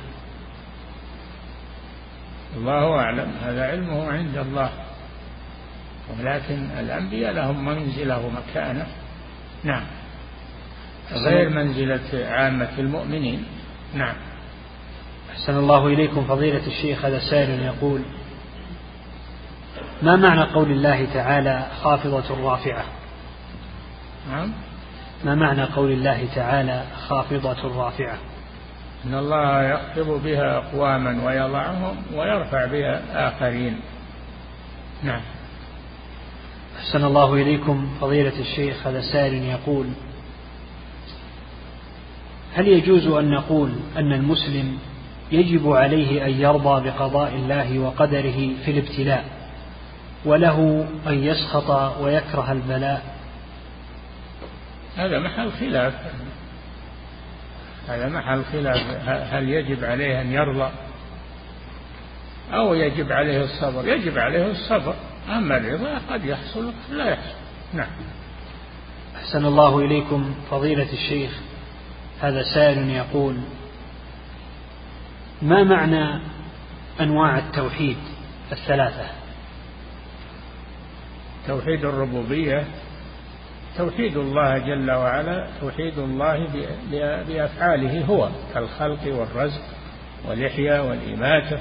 الله أعلم، هذا علمه عند الله، ولكن الأنبياء لهم منزلة ومكانة. نعم، غير منزلة عامة المؤمنين. نعم. أحسن الله إليكم فضيلة الشيخ، هذا سائل يقول: ما معنى قول الله تعالى خافضة رافعة؟ نعم. ما معنى قول الله تعالى خافضة رافعة؟ إن الله يخفض بها أقواما ويضعهم ويرفع بها آخرين. نعم. أحسن الله إليكم فضيلة الشيخ، هذا سائل يقول: هل يجوز أن نقول أن المسلم يجب عليه أن يرضى بقضاء الله وقدره في الابتلاء، وله أن يسخط ويكره البلاء؟ هذا محل خلاف، هذا محل خلاف، هل يجب عليه أن يرضى أو يجب عليه الصبر؟ يجب عليه الصبر، أما الرضا قد يحصل لا يحصل. نعم. أحسن الله إليكم فضيلة الشيخ، هذا سائل يقول: ما معنى أنواع التوحيد الثلاثة؟ توحيد الربوبية توحيد الله جل وعلا توحيد الله بأفعاله هو كالخلق والرزق والإحياء والإماتة.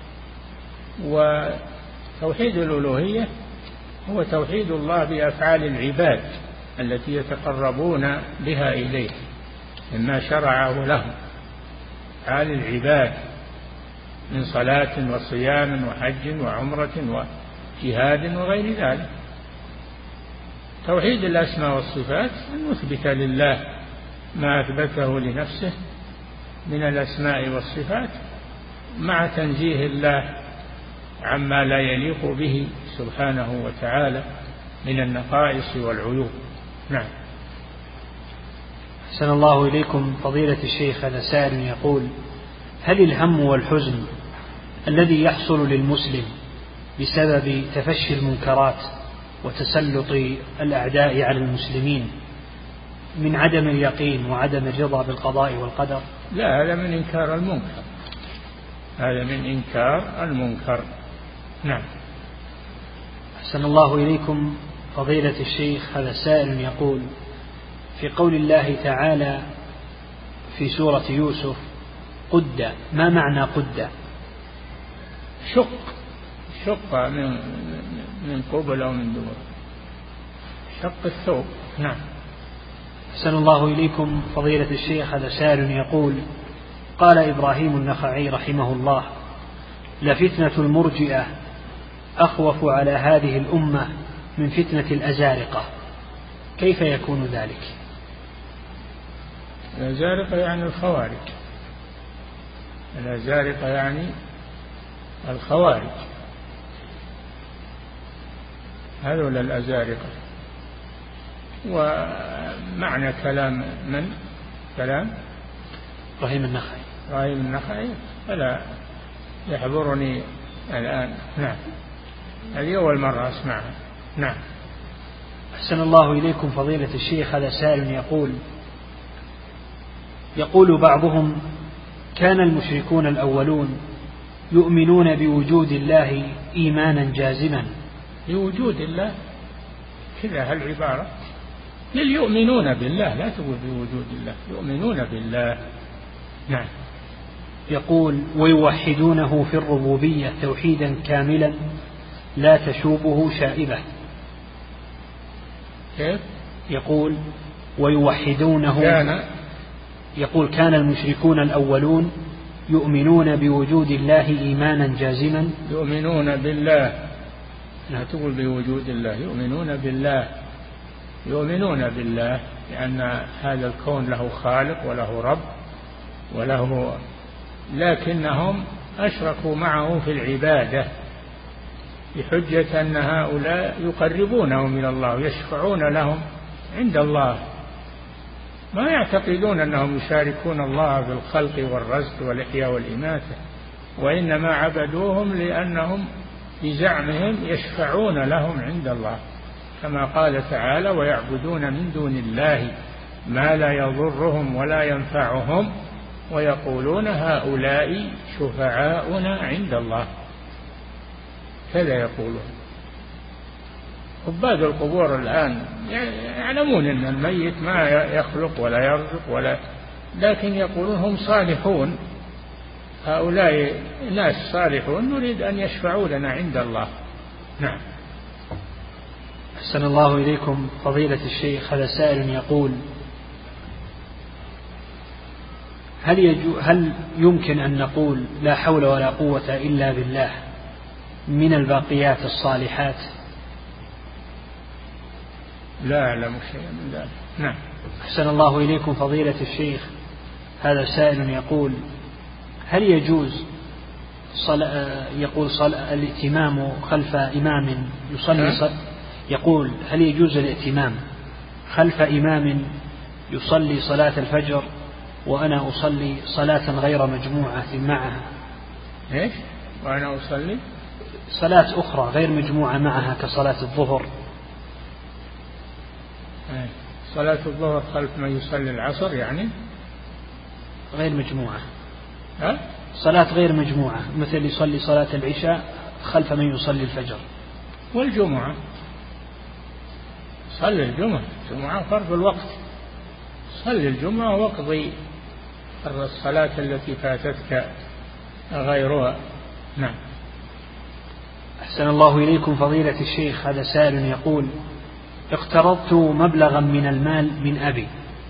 وتوحيد الألوهية هو توحيد الله بأفعال العباد التي يتقربون بها إليه مما شرعه لهم، أفعال العباد من صلاة وصيام وحج وعمرة وجهاد وغير ذلك. توحيد الأسماء والصفات أن نثبت لله ما أثبته لنفسه من الأسماء والصفات مع تنزيه الله عما لا يليق به سبحانه وتعالى من النقائص والعيوب. نعم. أحسن الله إليكم فضيلة الشيخ. هذا سائل يقول: هل الهم والحزن الذي يحصل للمسلم بسبب تفشي المنكرات وتسلط الأعداء على المسلمين من عدم اليقين وعدم الرضا بالقضاء والقدر؟ لا، هذا من إنكار المنكر، هذا من إنكار المنكر. نعم. أحسن الله إليكم فضيلة الشيخ. هذا سائل يقول: في قول الله تعالى في سورة يوسف قد، ما معنى قد؟ شق من قبل أو من دبر، شق الثوب. نعم. أحسن الله إليكم فضيلة الشيخ. هذا سائل يقول: قال إبراهيم النخعي رحمه الله: لفتنة المرجئة أخوف على هذه الأمة من فتنة الأزارقة، كيف يكون ذلك؟ الأزارقة يعني الخوارج، الأزارقة يعني الخوارج، هذول الأزارقة. ومعنى كلام من؟ كلام إبراهيم النخعي فلا يحضرني الآن. نعم، هذه أول مرة أسمعها. نعم. أحسن الله إليكم فضيلة الشيخ. هذا سائل يقول بعضهم: كان المشركون الأولون يؤمنون بوجود الله إيمانا جازما. بوجود الله كذا هالعبارة، يؤمنون بالله، لا تقول بوجود الله، يؤمنون بالله. نعم. يقول: ويوحدونه في الربوبية توحيدا كاملا لا تشوبه شائبة. كيف؟ يقول: ويوحدونه، يقول كان المشركون الأولون يؤمنون بوجود الله إيمانا جازما. يؤمنون بالله، لا تقول بوجود الله، يؤمنون بالله، يؤمنون بالله لأن هذا الكون له خالق وله رب وله، لكنهم أشركوا معه في العبادة بحجة أن هؤلاء يقربونهم إلى الله ويشفعون لهم عند الله، ما يعتقدون أنهم يشاركون الله في الخلق والرزق والإحياء والإماتة، وإنما عبدوهم لأنهم بزعمهم يشفعون لهم عند الله، كما قال تعالى: ويعبدون من دون الله ما لا يضرهم ولا ينفعهم ويقولون هؤلاء شفعاؤنا عند الله، كذا يقولون. عباد القبور الآن يعلمون أن الميت ما يخلق ولا يرزق لكن يقولون هم صالحون، هؤلاء ناس صالحون نريد أن يشفعوا لنا عند الله. نعم. أحسن الله إليكم فضيلة الشيخ. هذا سائل يقول: هل يمكن أن نقول لا حول ولا قوة إلا بالله من الباقيات الصالحات؟ لا أعلم شيئا من ذلك. نعم. أحسن الله إليكم فضيلة الشيخ. هذا سائل يقول: هل يجوز الائتمام خلف إمام يصلي يقول: هل يجوز الائتمام خلف إمام يصلي صلاة الفجر وأنا أصلي صلاة غير مجموعة معها؟ إيش؟ وأنا أصلي صلاة أخرى غير مجموعة معها كصلاة الظهر. صلاة الظهر خلف من يصلي العصر يعني غير مجموعة. صلاة غير مجموعة، مثل يصلي صلاة العشاء خلف من يصلي الفجر. والجمعة صلي الجمعة فرض الوقت، صلي الجمعة واقضي الصلاة التي فاتتك غيرها. نعم. أحسن الله إليكم فضيلة الشيخ، هذا سائل يقول: اقترضت مبلغا من المال من أبي،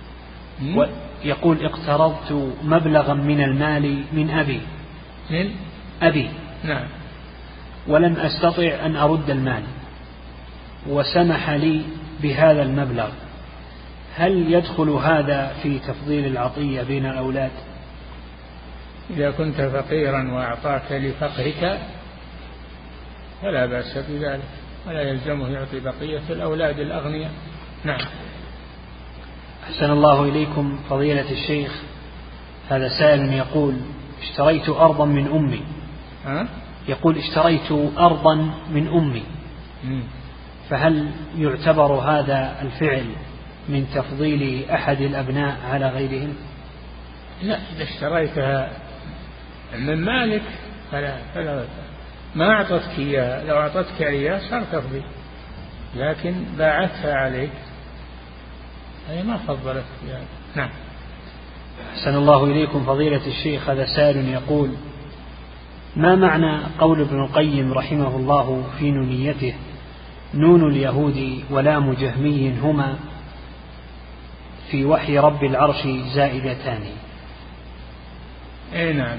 يقول: اقترضت مبلغا من المال من أبي، من أبي، نعم، ولم أستطع أن أرد المال وسمح لي بهذا المبلغ، هل يدخل هذا في تفضيل العطية بين الأولاد؟ إذا كنت فقيرا وأعطاك لفقرك فلا بأس بذلك، ولا يلزمه يعطي بقية الأولاد الأغنياء. نعم. أحسن الله إليكم فضيلة الشيخ، هذا سائل يقول: اشتريت أرضا من أمي. يقول: اشتريت أرضا من أمي، فهل يعتبر هذا الفعل من تفضيل أحد الأبناء على غيرهم؟ لا، إذا اشتريتها من مالك فلا ما أعطتك إياها، لو أعطتك إياها صار تفضيل، لكن باعتها عليك هي ما فضلت يعني. نعم. أحسن الله إليكم فضيلة الشيخ، هذا سائل يقول: ما معنى قول ابن القيم رحمه الله في نونيته: نون اليهود ولام جهمي هما في وحي رب العرش زائدتان؟ أي نعم،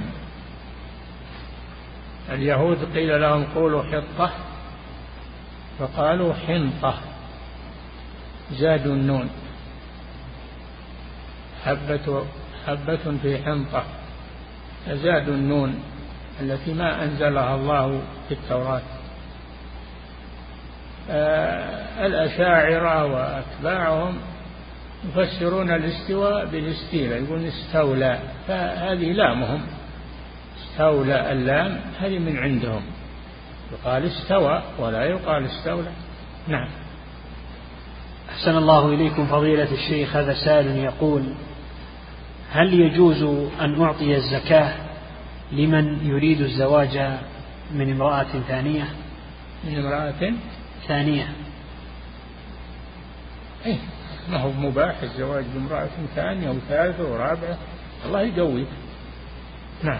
اليهود قيل لهم قولوا حطة فقالوا حنطة، زادوا النون، حبة في حنطة، زادوا النون التي ما أنزلها الله في التوراة. الأشاعرة وأتباعهم يفسرون الاستواء بالاستيلاء، يقولون استولى، فهذه لامهم، استولى اللام هذه من عندهم، يقال استوى ولا يقال استولى. نعم. أحسن الله إليكم فضيلة الشيخ، هذا سائل يقول: هل يجوز أن أعطي الزكاة لمن يريد الزواج من امرأة ثانية؟ من امرأة ثانية؟ إيه، ما هو مباح الزواج بامرأة ثانية وثالثة ورابعة، الله يقوي. نعم.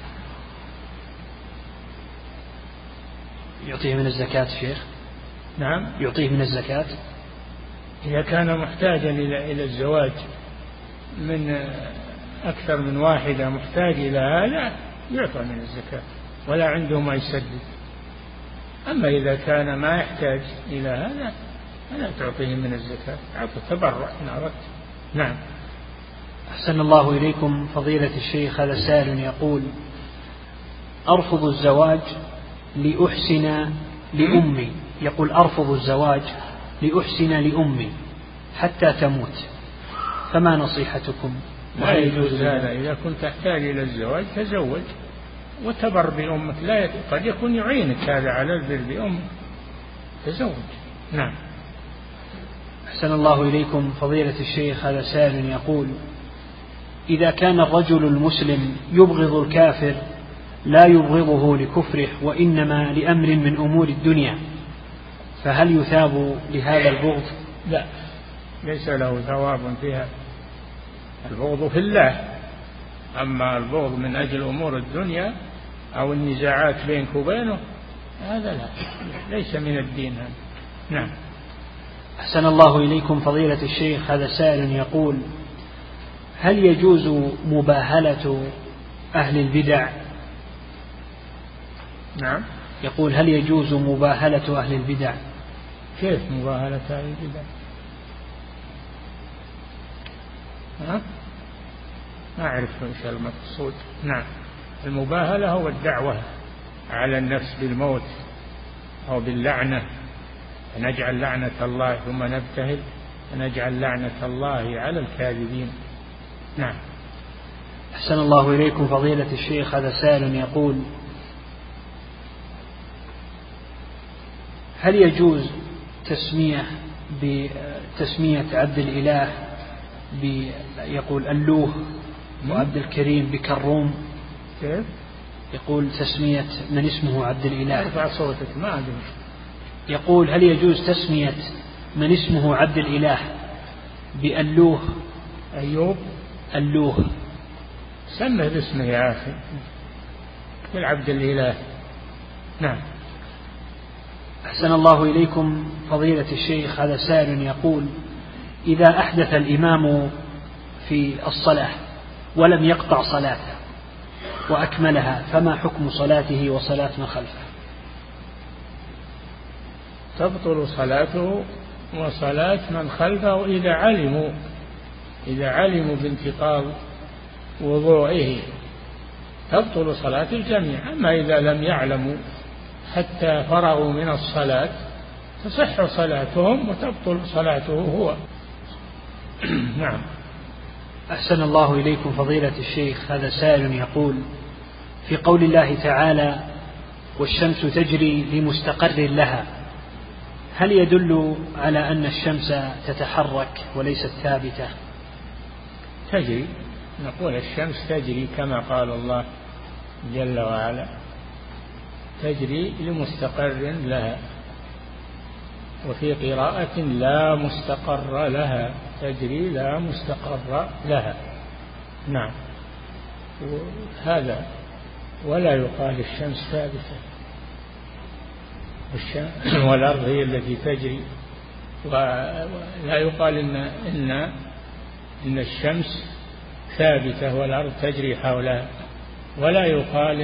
يعطيه من الزكاة شيخ؟ نعم، يعطيه من الزكاة إذا كان محتاجا إلى الزواج من أكثر من واحدة، محتاج إلى هذا يعطى من الزكاة ولا عنده ما يسدد. أما إذا كان ما يحتاج إلى هذا فلا تعطيه من الزكاة، أعطه تبرع إن أردت. نعم. أحسن الله إليكم فضيلة الشيخ، هذا سائل يقول: أرفض الزواج لأحسن لأمي، يقول: أرفض الزواج لأحسن لأمي حتى تموت، فما نصيحتكم؟ لا يجوز هذا، إذا كنت تحتاج إلى الزواج تزوج وتبر بأمك، لا قد يكون يعينك هذا على البر بأمك، تزوج. نعم. أحسن الله إليكم فضيلة الشيخ، هذا سائل يقول: إذا كان الرجل المسلم يبغض الكافر لا يبغضه لكفره وإنما لأمر من أمور الدنيا، فهل يثاب لهذا البغض؟ لا، ليس له ثواب فيها، البغض في الله، أما البغض من أجل أمور الدنيا أو النزاعات بينك وبينه هذا لا، ليس من الدين هذا. نعم. أحسن الله إليكم فضيلة الشيخ، هذا سائل يقول: هل يجوز مباهلة أهل البدع؟ نعم. يقول: هل يجوز مباهلة أهل البدع؟ كيف مباهلة أهل البدع؟ ما أعرف إيش المقصود. نعم. المباهلة هو الدعوة على النفس بالموت أو باللعنة، نجعل لعنة الله ثم نبتهل ونجعل لعنة الله على الكاذبين. نعم. أحسن الله إليكم فضيلة الشيخ، هذا سائل يقول: هل يجوز بتسمية عبد الإله يقول اللوه وعبد الكريم بكروم؟ كيف؟ يقول تسمية من اسمه عبد الإله. ارفع صوتك، ما أدري. يقول: هل يجوز تسمية من اسمه عبد الإله بألوه أيوب ألوه. سمه باسمه يا أخي، بالعبد الإله. نعم. أحسن الله إليكم فضيلة الشيخ، هذا سائل يقول: إذا أحدث الإمام في الصلاة ولم يقطع صلاته وأكملها فما حكم صلاته وصلاة من خلفه؟ تبطل صلاته وصلاة من خلفه إذا علموا بانتقاض وضوئه تبطل صلاة الجميع. أما إذا لم يعلموا حتى فرغوا من الصلاة تصح صلاتهم وتبطل صلاته هو. نعم. أحسن الله إليكم فضيلة الشيخ، هذا سائل يقول: في قول الله تعالى: والشمس تجري لمستقر لها، هل يدل على أن الشمس تتحرك وليست ثابتة؟ تجري، نقول الشمس تجري كما قال الله جل وعلا: تجري لمستقر لها، وفي قراءة لا مستقر لها، تجري لا مستقر لها. نعم. هذا ولا يقال الشمس ثابتة، والأرض هي التي تجري، ولا يقال إن الشمس ثابتة والأرض تجري حولها، ولا يقال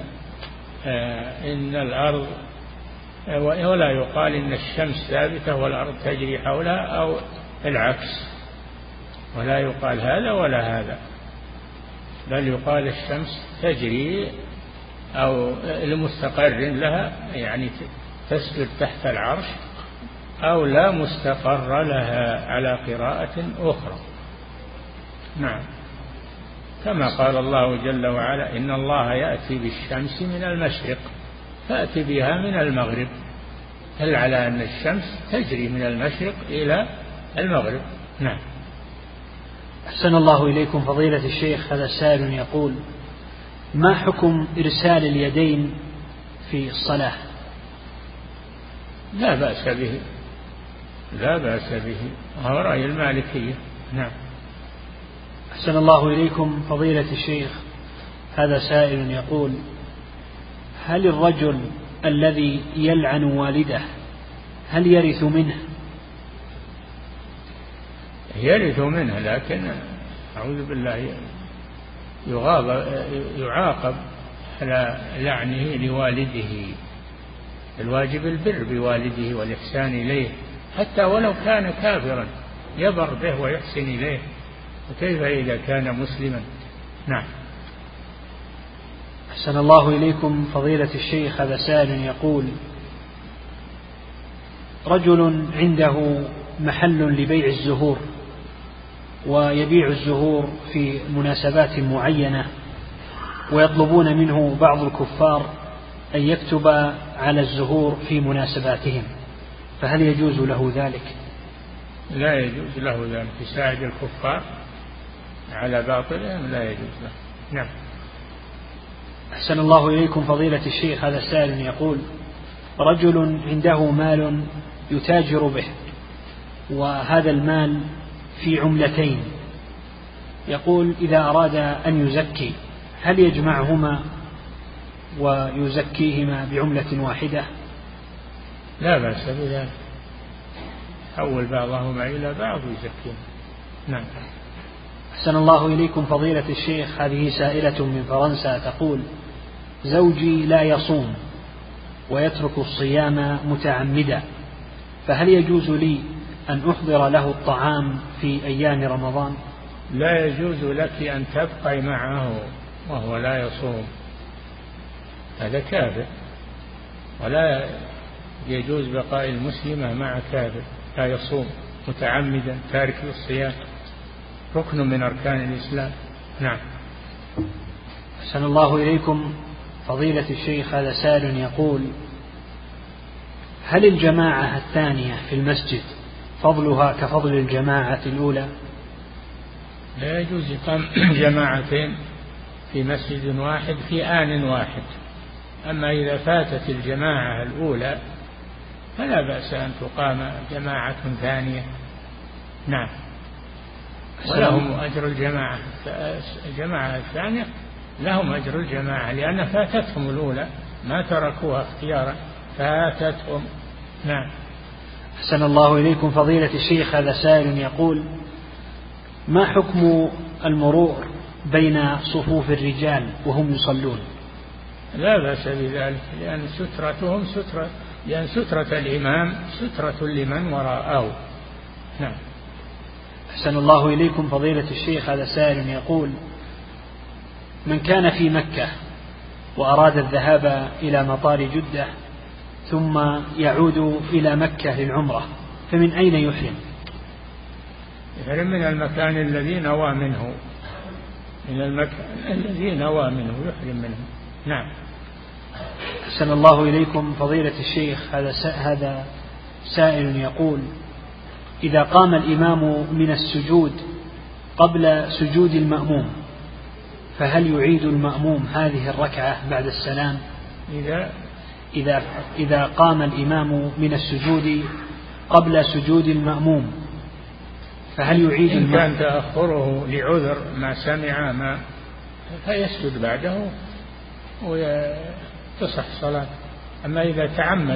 إن الأرض، ولا يقال إن الشمس ثابتة والأرض تجري حولها أو العكس، ولا يقال هذا ولا هذا، بل يقال الشمس تجري أو لمستقر لها، يعني تسجد تحت العرش، أو لا مستقر لها على قراءة أخرى. نعم. كما قال الله جل وعلا: إن الله يأتي بالشمس من المشرق فأتي بها من المغرب، دل على أن الشمس تجري من المشرق إلى المغرب. نعم. أحسن الله إليكم فضيلة الشيخ، هذا سائل يقول: ما حكم إرسال اليدين في الصلاة؟ لا بأس به، لا بأس به، هو رأي المالكية. نعم. أحسن الله إليكم فضيلة الشيخ، هذا سائل يقول: هل الرجل الذي يلعن والده هل يرث منه؟ يرث منه، لكن أعوذ بالله يعاقب على لعنه لوالده. الواجب البر بوالده والإحسان إليه، حتى ولو كان كافرا يبر به ويحسن إليه، وكيف إذا كان مسلما. نعم. أحسن الله إليكم فضيلة الشيخ، هذا سائل يقول: رجل عنده محل لبيع الزهور ويبيع الزهور في مناسبات معينة، ويطلبون منه بعض الكفار أن يكتب على الزهور في مناسباتهم، فهل يجوز له ذلك؟ لا يجوز له ذلك، يساعد الكفار على باطلهم، لا يجوز له. نعم. أحسن الله إليكم فضيلة الشيخ، هذا سائل يقول: رجل عنده مال يتاجر به، وهذا المال في عملتين، يقول إذا أراد أن يزكي هل يجمعهما ويزكيهما بعملة واحدة؟ لا بأس بذلك، حول بعضهما إلى بعض ويزكيهما. نعم. أحسن الله إليكم فضيلة الشيخ، هذه سائلة من فرنسا تقول: زوجي لا يصوم ويترك الصيام متعمدا، فهل يجوز لي أن أحضر له الطعام في أيام رمضان؟ لا يجوز لك أن تبقي معه وهو لا يصوم، هذا كافر، ولا يجوز بقاء المسلمة مع كافر لا يصوم متعمدا تارك للصيام، ركن من أركان الإسلام. نعم. أحسن الله إليكم فضيلة الشيخ، هذا سائل يقول: هل الجماعة الثانية في المسجد فضلها كفضل الجماعة الأولى؟ لا يجوز إقام جماعتين في مسجد واحد في آن واحد. أما إذا فاتت الجماعة الأولى فلا بأس أن تقام جماعة ثانية. نعم. ولهم أجر الجماعة، الجماعة الثانية لهم أجر الجماعة لأن فاتتهم الأولى، ما تركوها اختيارا، فاتتهم. نعم. أحسن الله إليكم فضيلة الشيخ، هذا سائل يقول: ما حكم المرور بين صفوف الرجال وهم يصلون؟ لا بأس بذلك، لأن سترتهم سترة، لأن سترة الإمام سترة لمن وراءه. نعم. أحسن الله إليكم فضيلة الشيخ، هذا سائل يقول: من كان في مكة وأراد الذهاب إلى مطار جدة ثم يعود إلى مكة للعمرة، فمن أين يحرم؟ يحرم من المكان الذي نوى منه، من المكان الذي نوى منه يحرم منه. نعم. أحسن الله إليكم فضيلة الشيخ، هذا سائل يقول: إذا قام الإمام من السجود قبل سجود المأموم، فهل يعيد المأموم هذه الركعة بعد السلام؟ إذا قام الإمام من السجود قبل سجود المأموم، فهل يعيد إن كان تأخره لعذر ما سمع ما فيسجد بعده وتصح صلاة. أما إذا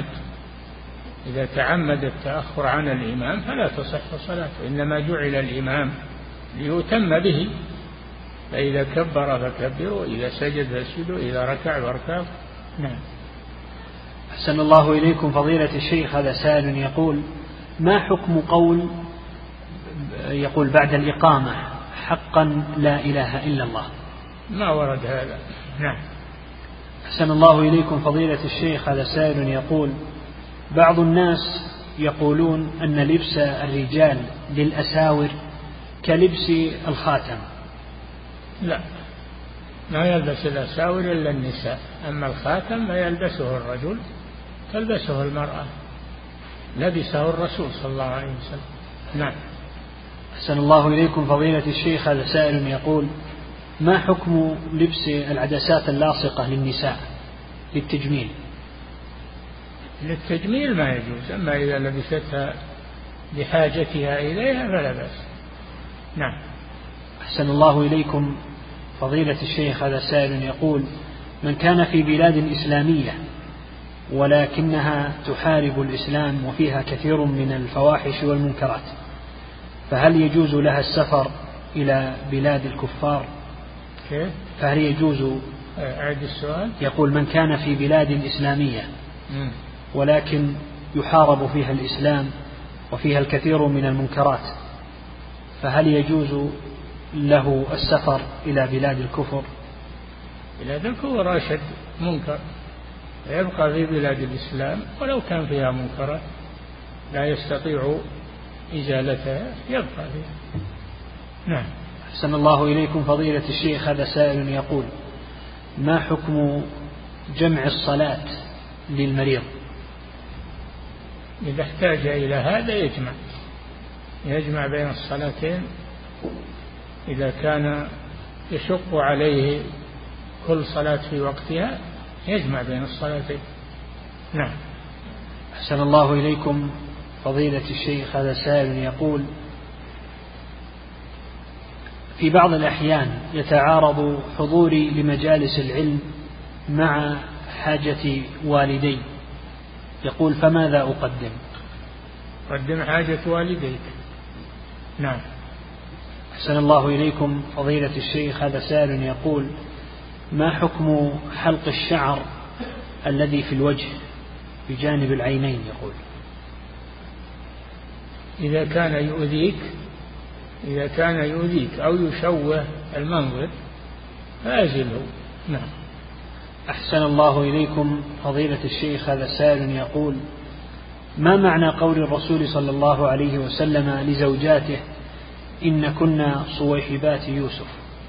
تعمد التأخر عن الإمام فلا تصح صلاته، إنما جعل الإمام ليتم به، فإذا كبر فكبروا، إذا سجد فاسجدوا، إذا ركع فاركعوا. نعم. أحسن الله إليكم فضيلة الشيخ، هذا سائل يقول: ما حكم قول يقول بعد الإقامة: حقا لا إله إلا الله؟ ما ورد هذا. نعم. أحسن الله إليكم فضيلة الشيخ، هذا سائل يقول: بعض الناس يقولون أن لبس الرجال للأساور كلبس الخاتم. لا، ما يلبس الأساور إلا النساء، أما الخاتم ما يلبسه الرجل تلبسه المرأة، لبسه الرسول صلى الله عليه وسلم. نعم. أحسن الله إليكم فضيلة الشيخ، هذا سائل يقول: ما حكم لبس العدسات اللاصقة للنساء للتجميل؟ للتجميل ما يجوز، أما إذا لبستها لحاجتها إليها فلا بأس. نعم. أحسن الله إليكم فضيلة الشيخ، هذا سائل يقول: من كان في بلاد إسلامية ولكنها تحارب الإسلام وفيها كثير من الفواحش والمنكرات، فهل يجوز لها السفر إلى بلاد الكفار؟ كيف؟ فهل يجوز؟ أعد السؤال. يقول: من كان في بلاد إسلامية ولكن يحارب فيها الإسلام وفيها الكثير من المنكرات، فهل يجوز له السفر إلى بلاد الكفر؟ بلاد الكفر أشد منكر، يبقى في بلاد الإسلام ولو كان فيها منكرات لا يستطيع إزالتها يبقى فيها. نعم. أحسن الله إليكم فضيلة الشيخ، هذا سائل يقول: ما حكم جمع الصلاة للمريض؟ إذا احتاج إلى هذا يجمع بين الصلاتين، إذا كان يشق عليه كل صلاة في وقتها يجمع بين الصلاتين. نعم. أحسن الله إليكم فضيلة الشيخ، هذا سائل يقول: في بعض الأحيان يتعارض حضوري لمجالس العلم مع حاجة والدي، يقول: فماذا أقدم؟ قدم حاجة والديك. نعم. أحسن الله إليكم فضيلة الشيخ، هذا سائل يقول: ما حكم حلق الشعر الذي في الوجه بجانب العينين؟ يقول: إذا كان يؤذيك أو يشوه المنظر فأزله. نعم. أحسن الله إليكم فضيلة الشيخ، هذا سائل يقول: ما معنى قول الرسول صلى الله عليه وسلم لزوجاته: إن كنا صويحبات يوسف؟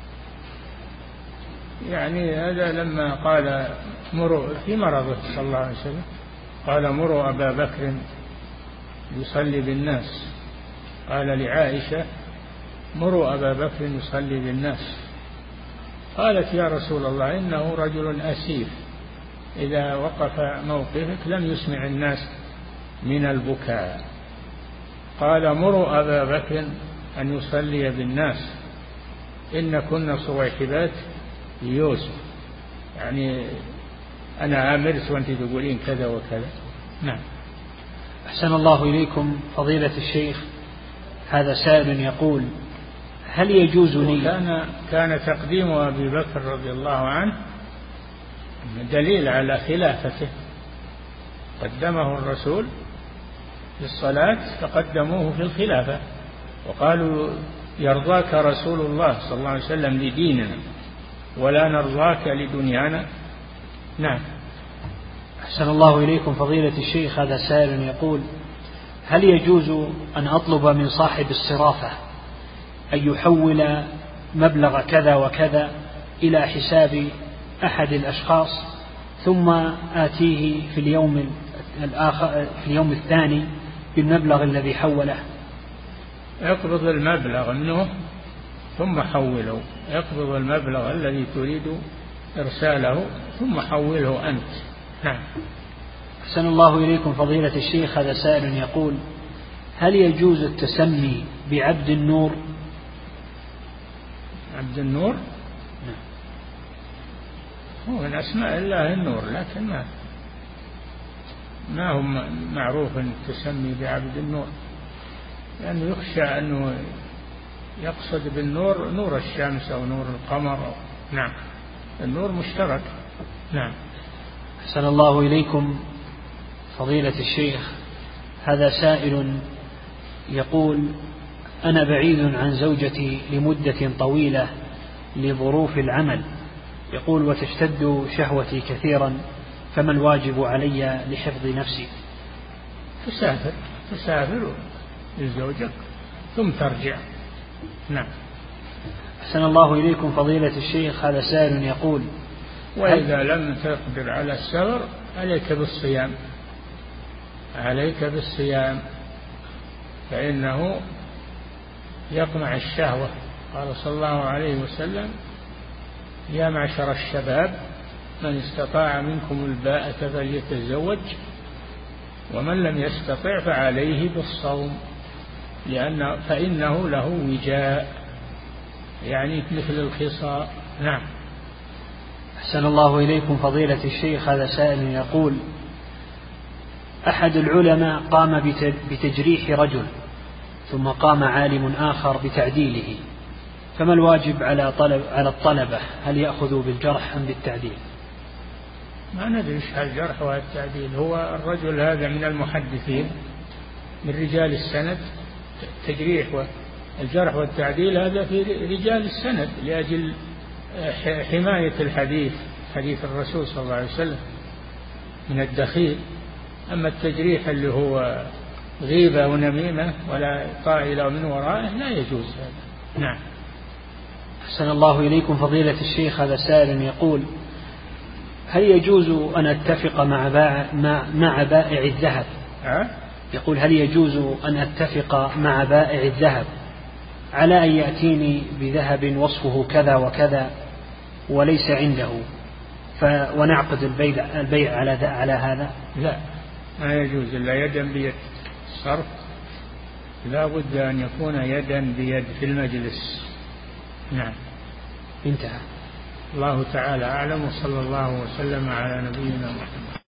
يعني هذا لما قال مروا في مرضه صلى الله عليه وسلم، قال: مروا أبا بكر يصلي بالناس. قال لعائشة: مروا أبا بكر يصلي بالناس. قالت: يا رسول الله إنه رجل أسيف، إذا وقف موقفك لم يسمع الناس من البكاء. قال مروا أبا بكر أن يصلي بالناس إن كنا صويحبات يوسف، يعني أنا آمرت وأنت تقولين كذا وكذا. نعم. أحسن الله إليكم فضيلة الشيخ، هذا سائل يقول هل يجوز لي؟ كان تقديم أبي بكر رضي الله عنه دليل على خلافته، قدمه الرسول في الصلاة فقدموه في الخلافة وقالوا يرضاك رسول الله صلى الله عليه وسلم لديننا ولا نرضاك لدنيانا. نعم. أحسن الله إليكم فضيلة الشيخ، هذا سائل يقول هل يجوز أن أطلب من صاحب الصرافة أن يحول مبلغ كذا وكذا إلى حساب أحد الأشخاص ثم آتيه في اليوم الثاني بالمبلغ الذي حوله؟ يقبض المبلغ منه ثم حوله، يقبض المبلغ الذي تريد إرساله ثم حوله أنت. نعم. أحسن الله إليكم فضيلة الشيخ، هذا سائل يقول هل يجوز التسمي بعبد النور؟ عبد النور هو من أسماء الله النور، لكن ما هو معروف التسمي بعبد النور، لأنه يخشى أنه يقصد بالنور نور الشمس أو نور القمر. نعم. النور مشترك. نعم. أحسن الله إليكم فضيلة الشيخ، هذا سائل يقول أنا بعيد عن زوجتي لمدة طويلة لظروف العمل، يقول وتشتد شهوتي كثيرا، فما الواجب علي لحفظ نفسي؟ تسافر لزوجك ثم ترجع. نعم. أحسن الله إليكم فضيلة الشيخ، هذا سائل يقول وإذا لم تقدر على السفر عليك بالصيام فإنه يقمع الشهوة. قال صلى الله عليه وسلم يا معشر الشباب من استطاع منكم الباءة فليتزوج ومن لم يستطع فعليه بالصوم فإنه له وجاء، يعني مثل الخصاء. نعم. أحسن الله إليكم فضيلة الشيخ، هذا سائل يقول أحد العلماء قام بتجريح رجل ثم قام عالم آخر بتعديله، فما الواجب على الطلبة؟ هل يأخذوا بالجرح أم بالتعديل؟ ما ندري ايش الجرح والتعديل. هو الرجل هذا من المحدثين من رجال السند، التجريح والجرح والتعديل هذا في رجال السند لأجل حماية الحديث، حديث الرسول صلى الله عليه وسلم من الدخيل. أما التجريح اللي هو غيبة ونميمة ولا طائل من ورائه لا يجوز هذا. نعم. أحسن الله إليكم فضيلة الشيخ، هذا سائل يقول هل يجوز أن أتفق مع بائع الذهب؟ يقول هل يجوز أن أتفق مع بائع الذهب على أن يأتيني بذهب وصفه كذا وكذا وليس عنده ونعقد البيع على هذا؟ لا، ما يجوز إلا يدا بيد. الصرف لا بد أن يكون يدا بيد في المجلس. نعم. انتهى. الله تعالى أعلم، وصلى الله وسلم على نبينا محمد.